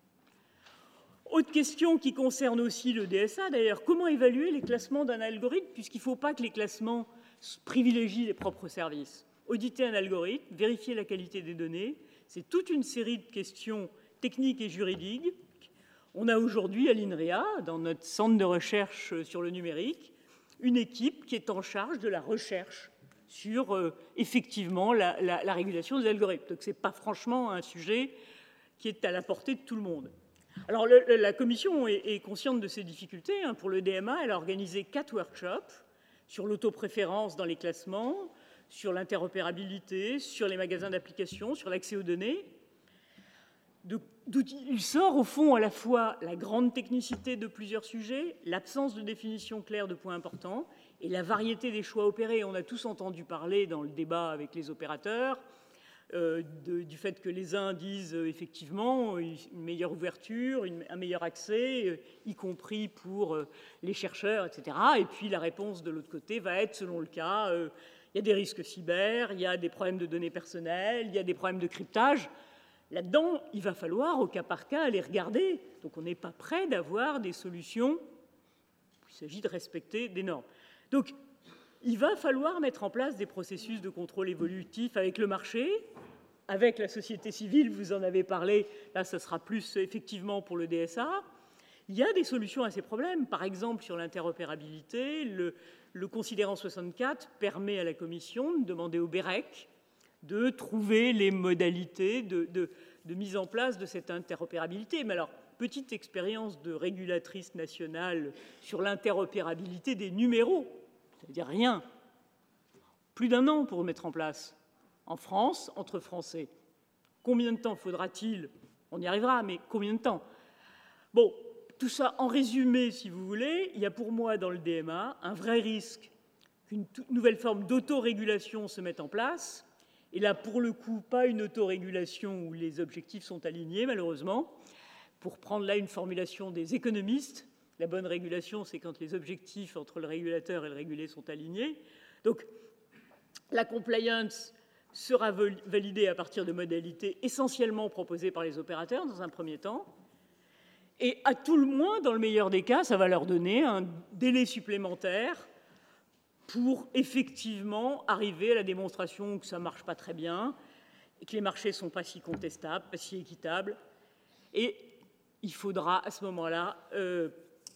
Speaker 5: Autre question qui concerne aussi le D S A, d'ailleurs, comment évaluer les classements d'un algorithme, puisqu'il ne faut pas que les classements privilégient les propres services. Auditer un algorithme, vérifier la qualité des données, c'est toute une série de questions techniques et juridiques. On a aujourd'hui à l'INREA, dans notre centre de recherche sur le numérique, une équipe qui est en charge de la recherche sur, euh, effectivement, la, la, la régulation des algorithmes. Donc, ce n'est pas franchement un sujet qui est à la portée de tout le monde. Alors, le, la Commission est, est consciente de ces difficultés. Hein. Pour le D M A, elle a organisé quatre workshops sur l'autopréférence dans les classements, sur l'interopérabilité, sur les magasins d'applications, sur l'accès aux données. D'où il sort, au fond, à la fois la grande technicité de plusieurs sujets, l'absence de définition claire de points importants et la variété des choix opérés. On a tous entendu parler dans le débat avec les opérateurs Euh, de, du fait que les uns disent euh, effectivement une meilleure ouverture, une, un meilleur accès, euh, y compris pour euh, les chercheurs, et cetera. Et puis la réponse de l'autre côté va être, selon le cas, euh, il y a des risques cyber, il y a des problèmes de données personnelles, il y a des problèmes de cryptage. Là-dedans, il va falloir, au cas par cas, aller regarder. Donc on n'est pas prêt d'avoir des solutions. Il s'agit de respecter des normes. Donc, il va falloir mettre en place des processus de contrôle évolutif avec le marché, avec la société civile, vous en avez parlé, là, ce sera plus effectivement pour le D S A. Il y a des solutions à ces problèmes. Par exemple, sur l'interopérabilité, le, le considérant soixante-quatre permet à la Commission de demander au BEREC de trouver les modalités de, de, de mise en place de cette interopérabilité. Mais alors, petite expérience de régulatrice nationale sur l'interopérabilité des numéros. Ça veut dire rien. Plus d'un an pour le mettre en place. En France, entre Français. Combien de temps faudra-t-il? On y arrivera, mais combien de temps? Bon, tout ça en résumé, si vous voulez, il y a pour moi dans le D M A un vrai risque qu'une nouvelle forme d'autorégulation se mette en place. Et là, pour le coup, pas une autorégulation où les objectifs sont alignés, malheureusement. Pour prendre là une formulation des économistes, la bonne régulation, c'est quand les objectifs entre le régulateur et le régulé sont alignés. Donc, la compliance sera validée à partir de modalités essentiellement proposées par les opérateurs dans un premier temps. Et à tout le moins, dans le meilleur des cas, ça va leur donner un délai supplémentaire pour effectivement arriver à la démonstration que ça ne marche pas très bien et que les marchés ne sont pas si contestables, pas si équitables. Et il faudra à ce moment-là... Euh,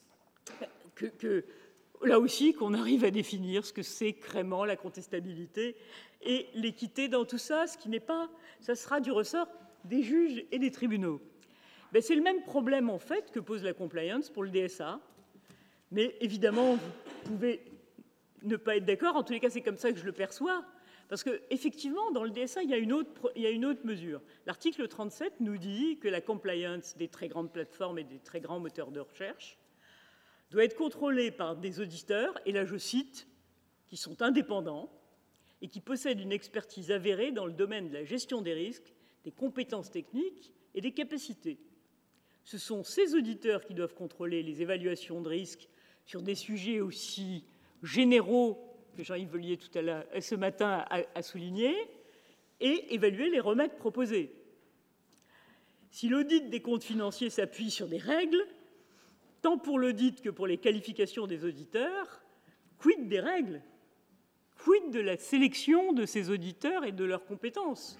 Speaker 5: Que, que, là aussi, qu'on arrive à définir ce que c'est crément la contestabilité et l'équité dans tout ça, ce qui n'est pas, ça sera du ressort des juges et des tribunaux. Ben, c'est le même problème, en fait, que pose la compliance pour le D S A. Mais évidemment, vous pouvez ne pas être d'accord. En tous les cas, c'est comme ça que je le perçois. Parce qu'effectivement, dans le D S A, il y a une autre, il y a une autre mesure. L'article trente-sept nous dit que la compliance des très grandes plateformes et des très grands moteurs de recherche doit être contrôlée par des auditeurs, et là je cite, qui sont indépendants et qui possèdent une expertise avérée dans le domaine de la gestion des risques, des compétences techniques et des capacités. Ce sont ces auditeurs qui doivent contrôler les évaluations de risques sur des sujets aussi généraux que Jean-Yves Vellier tout à l'heure, ce matin, a, a souligné, et évaluer les remèdes proposés. Si l'audit des comptes financiers s'appuie sur des règles, tant pour l'audit que pour les qualifications des auditeurs, quid des règles? Quid de la sélection de ces auditeurs et de leurs compétences?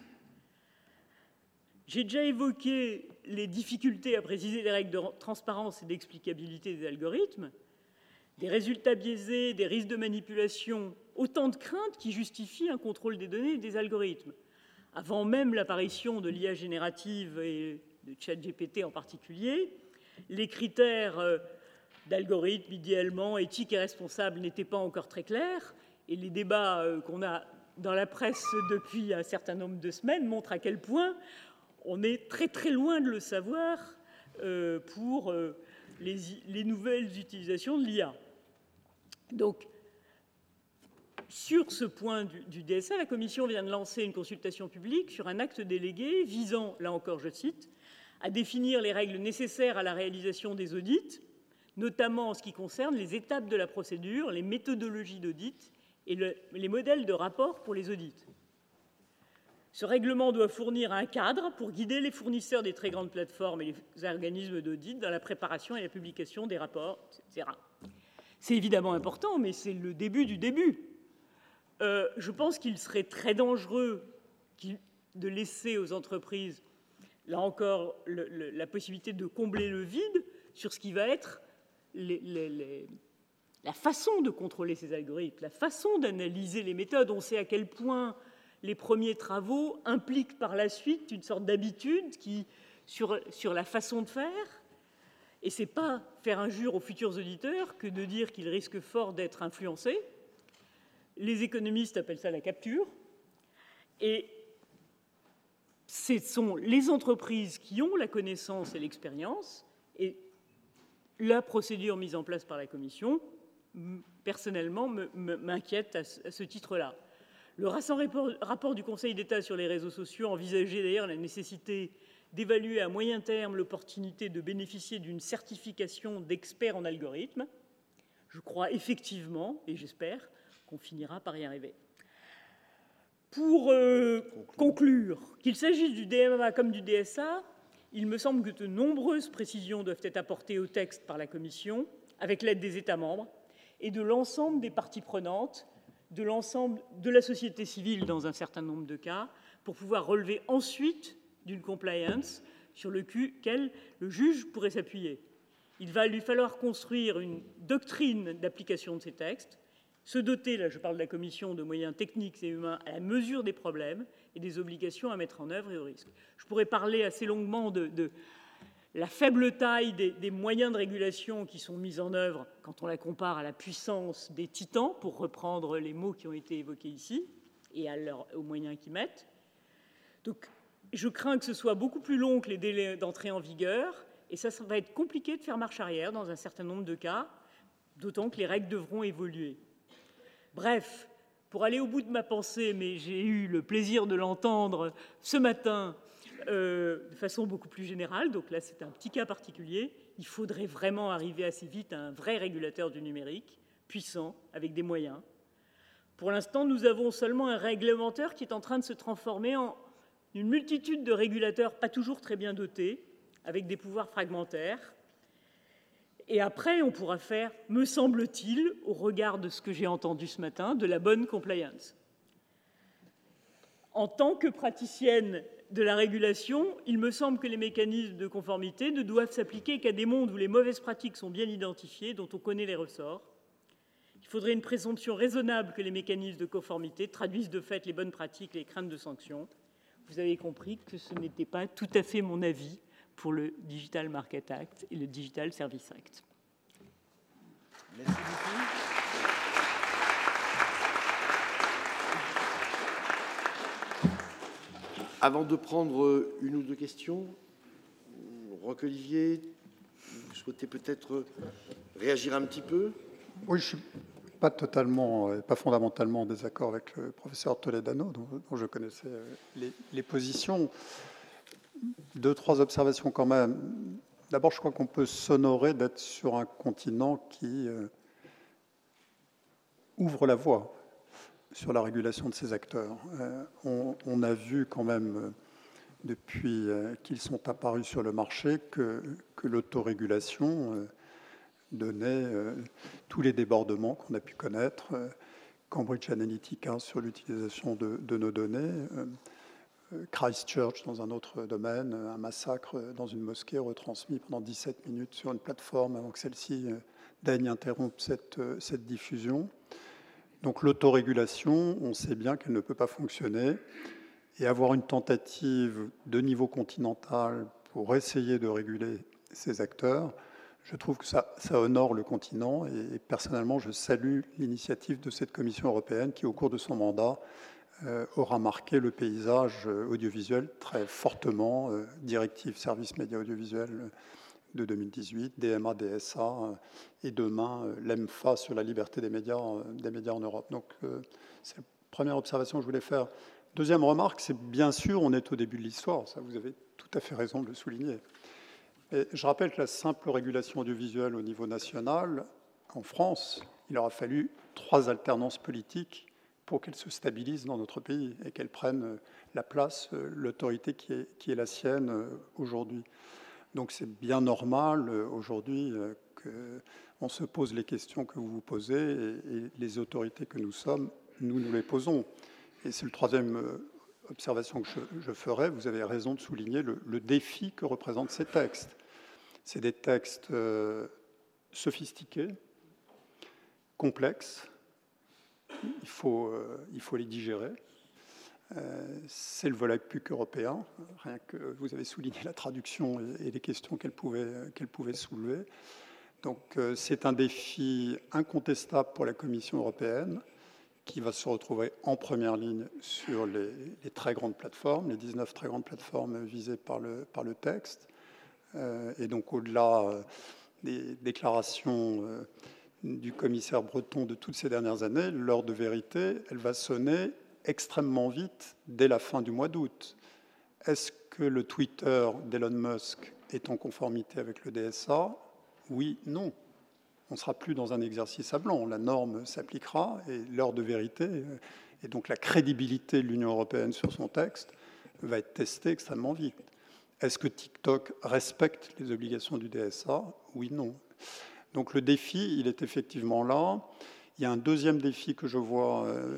Speaker 5: J'ai déjà évoqué les difficultés à préciser les règles de transparence et d'explicabilité des algorithmes, des résultats biaisés, des risques de manipulation, autant de craintes qui justifient un contrôle des données et des algorithmes. Avant même l'apparition de l'I A générative et de ChatGPT en particulier, les critères d'algorithmes idéalement éthiques et responsables n'étaient pas encore très clairs, et les débats qu'on a dans la presse depuis un certain nombre de semaines montrent à quel point on est très très loin de le savoir euh, pour euh, les, les nouvelles utilisations de l'I A. Donc, sur ce point du, du D S A, la Commission vient de lancer une consultation publique sur un acte délégué visant, là encore je cite, à définir les règles nécessaires à la réalisation des audits, notamment en ce qui concerne les étapes de la procédure, les méthodologies d'audit et le, les modèles de rapport pour les audits. Ce règlement doit fournir un cadre pour guider les fournisseurs des très grandes plateformes et les organismes d'audit dans la préparation et la publication des rapports, et cetera. C'est évidemment important, mais c'est le début du début. Euh, je pense qu'il serait très dangereux de laisser aux entreprises, là encore, le, le, la possibilité de combler le vide sur ce qui va être les, les, les, la façon de contrôler ces algorithmes, la façon d'analyser les méthodes. On sait à quel point les premiers travaux impliquent par la suite une sorte d'habitude qui, sur, sur la façon de faire. Et ce n'est pas faire injure aux futurs auditeurs que de dire qu'ils risquent fort d'être influencés. Les économistes appellent ça la capture. Et ce sont les entreprises qui ont la connaissance et l'expérience. Et la procédure mise en place par la Commission, personnellement, m'inquiète à ce titre-là. Le récent rapport du Conseil d'État sur les réseaux sociaux envisageait d'ailleurs la nécessité d'évaluer à moyen terme l'opportunité de bénéficier d'une certification d'expert en algorithme. Je crois effectivement, et j'espère, qu'on finira par y arriver. Pour euh, conclure, qu'il s'agisse du D M A comme du D S A, il me semble que de nombreuses précisions doivent être apportées au texte par la Commission, avec l'aide des États membres et de l'ensemble des parties prenantes, de l'ensemble de la société civile dans un certain nombre de cas, pour pouvoir relever ensuite d'une compliance sur lequel le juge pourrait s'appuyer. Il va lui falloir construire une doctrine d'application de ces textes, se doter, là je parle de la Commission, de moyens techniques et humains à la mesure des problèmes et des obligations à mettre en œuvre et aux risques. Je pourrais parler assez longuement de, de la faible taille des, des moyens de régulation qui sont mis en œuvre quand on la compare à la puissance des titans, pour reprendre les mots qui ont été évoqués ici, et à leur, aux moyens qu'ils mettent. Donc, je crains que ce soit beaucoup plus long que les délais d'entrée en vigueur, et ça, ça va être compliqué de faire marche arrière dans un certain nombre de cas, d'autant que les règles devront évoluer. Bref, pour aller au bout de ma pensée, mais j'ai eu le plaisir de l'entendre ce matin euh, de façon beaucoup plus générale, donc là c'est un petit cas particulier, il faudrait vraiment arriver assez vite à un vrai régulateur du numérique, puissant, avec des moyens. Pour l'instant, nous avons seulement un réglementaire qui est en train de se transformer en une multitude de régulateurs pas toujours très bien dotés, avec des pouvoirs fragmentaires. Et après, on pourra faire, me semble-t-il, au regard de ce que j'ai entendu ce matin, de la bonne compliance. En tant que praticienne de la régulation, il me semble que les mécanismes de conformité ne doivent s'appliquer qu'à des mondes où les mauvaises pratiques sont bien identifiées, dont on connaît les ressorts. Il faudrait une présomption raisonnable que les mécanismes de conformité traduisent de fait les bonnes pratiques et les craintes de sanctions. Vous avez compris que ce n'était pas tout à fait mon avis pour le Digital Market Act et le Digital Service Act.
Speaker 1: Merci beaucoup. Avant de prendre une ou deux questions, Roch-Olivier, vous souhaitez peut-être réagir un petit peu?
Speaker 2: Oui, je ne suis pas totalement, pas fondamentalement en désaccord avec le professeur Toledano, dont, dont je connaissais les, les positions. Deux, trois observations quand même. D'abord, je crois qu'on peut s'honorer d'être sur un continent qui euh, ouvre la voie sur la régulation de ces acteurs. Euh, on, on a vu quand même, euh, depuis euh, qu'ils sont apparus sur le marché, que, que l'autorégulation euh, donnait euh, tous les débordements qu'on a pu connaître. Euh, Cambridge Analytica sur l'utilisation de, de nos données, euh, Christchurch dans un autre domaine, un massacre dans une mosquée retransmis pendant dix-sept minutes sur une plateforme avant que celle-ci euh, daigne interrompre cette, euh, cette diffusion. Donc l'autorégulation, on sait bien qu'elle ne peut pas fonctionner, et avoir une tentative de niveau continental pour essayer de réguler ces acteurs, je trouve que ça, ça honore le continent, et, et personnellement, je salue l'initiative de cette Commission européenne qui, au cours de son mandat, euh, aura marqué le paysage audiovisuel très fortement, euh, directive services médias audiovisuels de deux mille dix-huit, D M A, D S A, et demain l'E M F A sur la liberté des médias, des médias en Europe. Donc, euh, c'est la première observation que je voulais faire. Deuxième remarque, c'est bien sûr, on est au début de l'histoire, ça vous avez tout à fait raison de le souligner. Et je rappelle que la simple régulation audiovisuelle au niveau national, en France, il aura fallu trois alternances politiques pour qu'elle se stabilise dans notre pays et qu'elle prenne la place, l'autorité qui est, qui est la sienne aujourd'hui. Donc c'est bien normal euh, aujourd'hui euh, qu'on se pose les questions que vous vous posez, et, et les autorités que nous sommes, nous nous les posons. Et c'est le troisième euh, observation que je, je ferai. Vous avez raison de souligner le, le défi que représentent ces textes. C'est des textes euh, sophistiqués, complexes. Il faut, euh, il faut les digérer. Euh, c'est le volet plus qu'européen, rien que vous avez souligné la traduction et, et les questions qu'elle pouvait, qu'elle pouvait soulever. Donc euh, c'est un défi incontestable pour la Commission européenne, qui va se retrouver en première ligne sur les, les très grandes plateformes, les dix-neuf très grandes plateformes visées par le, par le texte. Euh, et donc au-delà euh, des déclarations euh, du commissaire Breton de toutes ces dernières années, l'heure de vérité, elle va sonner extrêmement vite dès la fin du mois d'août. Est-ce que le Twitter d'Elon Musk est en conformité avec le D S A? Oui, non. On ne sera plus dans un exercice à blanc. La norme s'appliquera et l'heure de vérité, et donc la crédibilité de l'Union européenne sur son texte, va être testée extrêmement vite. Est-ce que TikTok respecte les obligations du D S A? Oui, non. Donc le défi, il est effectivement là. Il y a un deuxième défi que je vois euh,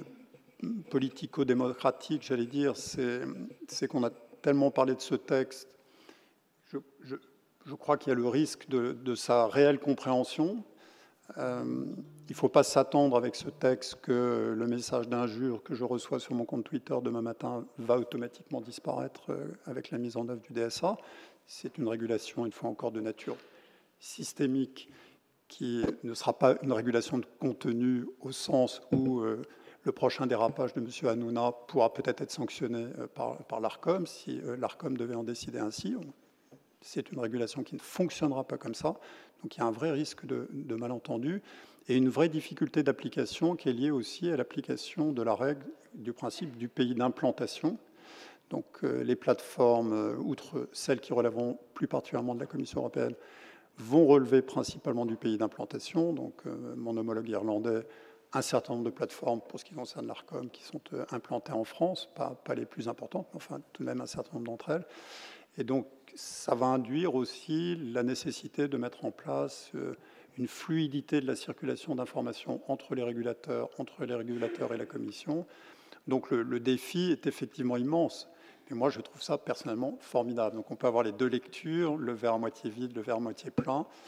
Speaker 2: politico-démocratique, j'allais dire, c'est, c'est qu'on a tellement parlé de ce texte, je, je, je crois qu'il y a le risque de, de sa réelle compréhension. Euh, il ne faut pas s'attendre avec ce texte que le message d'injure que je reçois sur mon compte Twitter demain matin va automatiquement disparaître avec la mise en œuvre du D S A. C'est une régulation, une fois encore, de nature systémique, qui ne sera pas une régulation de contenu au sens où euh, le prochain dérapage de M. Hanouna pourra peut-être être sanctionné par, par l'Arcom, si euh, l'Arcom devait en décider ainsi. C'est une régulation qui ne fonctionnera pas comme ça. Donc il y a un vrai risque de, de malentendu et une vraie difficulté d'application qui est liée aussi à l'application de la règle du principe du pays d'implantation. Donc euh, les plateformes, euh, outre celles qui relèveront plus particulièrement de la Commission européenne, vont relever principalement du pays d'implantation. Donc euh, mon homologue irlandais, un certain nombre de plateformes, pour ce qui concerne l'Arcom, qui sont euh, implantées en France, pas, pas les plus importantes, mais enfin tout de même un certain nombre d'entre elles. Et donc, ça va induire aussi la nécessité de mettre en place une fluidité de la circulation d'informations entre les régulateurs, entre les régulateurs et la Commission. Donc, le, le défi est effectivement immense. Mais moi, je trouve ça personnellement formidable. Donc, on peut avoir les deux lectures, le verre à moitié vide, le verre à moitié plein.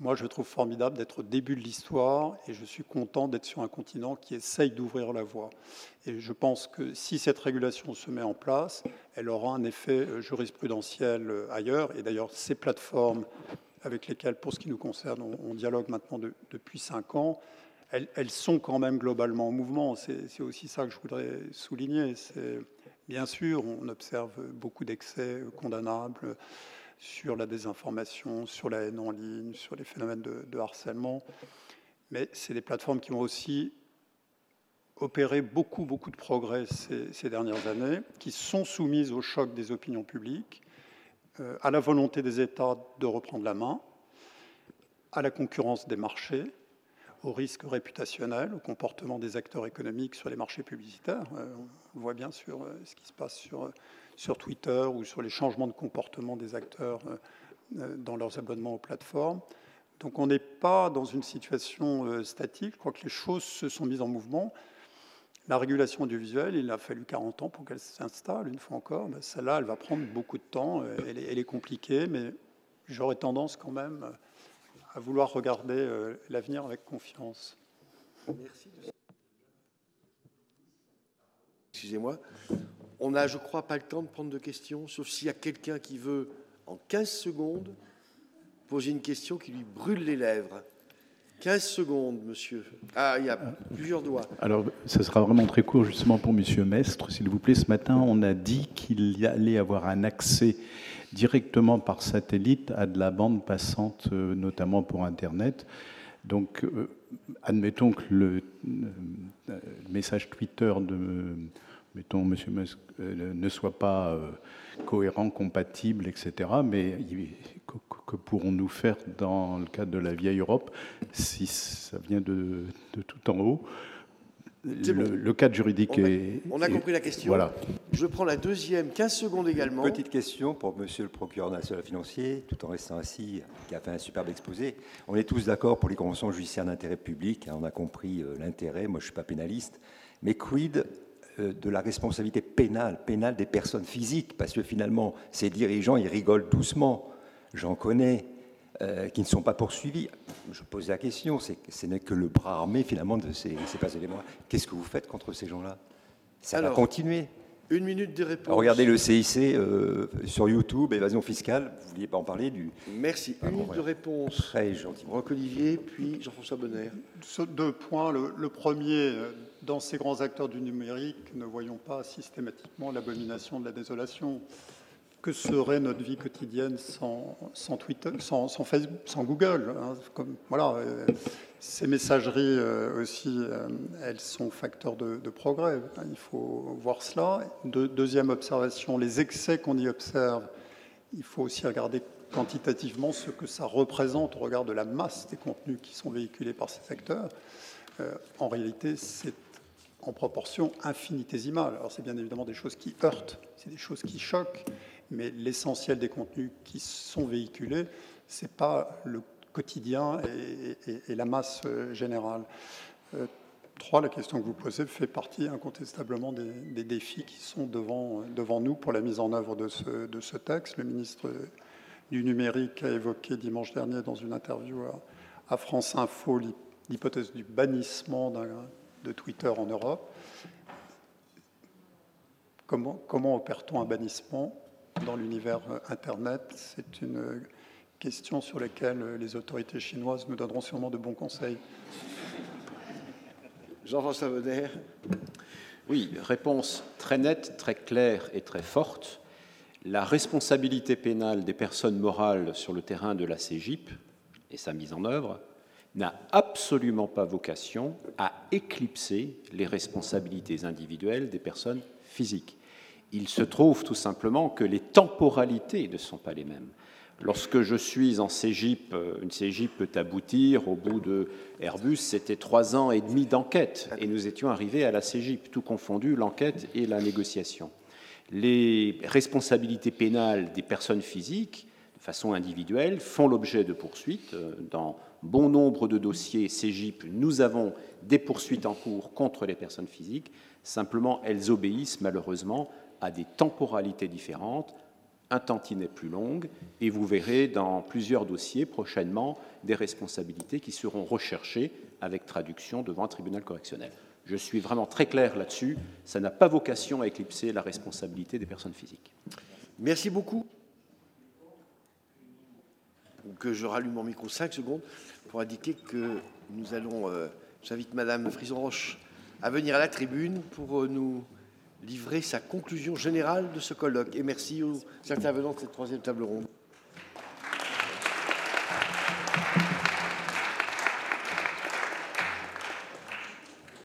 Speaker 2: moi, je trouve formidable d'être au début de l'histoire et je suis content d'être sur un continent qui essaye d'ouvrir la voie. Et je pense que si cette régulation se met en place, elle aura un effet jurisprudentiel ailleurs. Et d'ailleurs, ces plateformes avec lesquelles, pour ce qui nous concerne, on, on dialogue maintenant de, depuis cinq ans, elles, elles sont quand même globalement en mouvement. C'est aussi ça que je voudrais souligner. Bien sûr, on observe beaucoup d'excès condamnables sur la désinformation, sur la haine en ligne, sur les phénomènes de, de harcèlement. Mais c'est des plateformes qui ont aussi opéré beaucoup, beaucoup de progrès ces, ces dernières années, qui sont soumises au choc des opinions publiques, euh, à la volonté des États de reprendre la main, à la concurrence des marchés, au risque réputationnel, au comportement des acteurs économiques sur les marchés publicitaires. Euh, on voit bien sur euh, ce qui se passe sur, sur Twitter ou sur les changements de comportement des acteurs euh, dans leurs abonnements aux plateformes. Donc on n'est pas dans une situation euh, statique. Je crois que les choses se sont mises en mouvement. La régulation audiovisuelle, il a fallu quarante ans pour qu'elle s'installe, une fois encore. Ben, celle-là, elle va prendre beaucoup de temps. Elle est, elle est compliquée, mais j'aurais tendance quand même à vouloir regarder euh, l'avenir avec confiance.
Speaker 1: Merci. Excusez-moi. On n'a, je crois, pas le temps de prendre de questions, sauf s'il y a quelqu'un qui veut, en quinze secondes, poser une question qui lui brûle les lèvres. quinze secondes, monsieur. Ah, il y a plusieurs doigts.
Speaker 6: Alors, ce sera vraiment très court, justement, pour monsieur Mestre. S'il vous plaît, ce matin, on a dit qu'il y allait avoir un accès directement par satellite à de la bande passante, euh, notamment pour Internet. Donc, euh, admettons que le, euh, le message Twitter de, mettons, monsieur Musk, euh, ne soit pas euh, cohérent, compatible, et cetera. Mais il, que, que pourrons-nous faire dans le cadre de la vieille Europe si ça vient de, de tout en haut? Le, bon. le cadre juridique
Speaker 1: on a,
Speaker 6: est...
Speaker 1: On a
Speaker 6: est,
Speaker 1: compris la question.
Speaker 6: Voilà.
Speaker 1: Je prends la deuxième, quinze secondes également.
Speaker 7: Petite question pour monsieur le procureur national financier, tout en restant assis, qui a fait un superbe exposé. On est tous d'accord pour les conventions judiciaires d'intérêt public, hein, on a compris euh, l'intérêt, moi je ne suis pas pénaliste, mais quid euh, de la responsabilité pénale, pénale des personnes physiques, parce que finalement, ces dirigeants, ils rigolent doucement, j'en connais, Euh, qui ne sont pas poursuivis. Je pose la question, ce n'est que le bras armé finalement de ces, ces pas éléments. Qu'est-ce que vous faites contre ces gens-là? Ça Alors, va continuer.
Speaker 1: Une minute de réponse.
Speaker 7: Alors, regardez le C I C euh, sur YouTube, évasion fiscale, vous ne vouliez pas en parler du...
Speaker 1: Merci. Une minute de réponse.
Speaker 7: Très gentil.
Speaker 1: Roch-Olivier, puis Jean-François Bonner.
Speaker 2: Deux points. Le, le premier, dans ces grands acteurs du numérique, ne voyons pas systématiquement l'abomination de la désolation. Que serait notre vie quotidienne sans, sans Twitter, sans, sans Facebook, sans Google, hein, comme, voilà, euh, ces messageries euh, aussi, euh, elles sont facteurs de, de progrès. Il faut voir cela. De, deuxième observation, les excès qu'on y observe, il faut aussi regarder quantitativement ce que ça représente au regard de la masse des contenus qui sont véhiculés par ces acteurs. Euh, en réalité, c'est en proportion infinitésimale. Alors, c'est bien évidemment des choses qui heurtent, c'est des choses qui choquent, mais l'essentiel des contenus qui sont véhiculés, ce n'est pas le quotidien et, et, et la masse générale. Euh, trois, la question que vous posez fait partie incontestablement des, des défis qui sont devant, devant nous pour la mise en œuvre de ce, de ce texte. Le ministre du Numérique a évoqué dimanche dernier dans une interview à, à France Info l'hypothèse du bannissement de Twitter en Europe. Comment, comment opère-t-on un bannissement dans l'univers Internet? C'est une question sur laquelle les autorités chinoises nous donneront sûrement de bons conseils.
Speaker 1: Jean-François Bonner.
Speaker 4: Oui, réponse très nette, très claire et très forte. La responsabilité pénale des personnes morales sur le terrain de la C G I P et sa mise en œuvre n'a absolument pas vocation à éclipser les responsabilités individuelles des personnes physiques. Il se trouve tout simplement que les temporalités ne sont pas les mêmes. Lorsque je suis en C G I P, une C G I P peut aboutir, au bout de Airbus, c'était trois ans et demi d'enquête, et nous étions arrivés à la C G I P, tout confondu, l'enquête et la négociation. Les responsabilités pénales des personnes physiques, de façon individuelle, font l'objet de poursuites. Dans bon nombre de dossiers C G I P, nous avons des poursuites en cours contre les personnes physiques. Simplement, elles obéissent malheureusement à des temporalités différentes. un tantinet plus longue, et vous verrez dans plusieurs dossiers prochainement des responsabilités qui seront recherchées avec traduction devant un tribunal correctionnel. Je suis vraiment très clair là-dessus, ça n'a pas vocation à éclipser la responsabilité des personnes physiques.
Speaker 1: Merci beaucoup. Que je rallume mon micro cinq secondes pour indiquer que nous allons... Euh, j'invite Madame Frison-Roche à venir à la tribune pour euh, nous livrer sa conclusion générale de ce colloque. Et merci aux intervenants de cette troisième table ronde.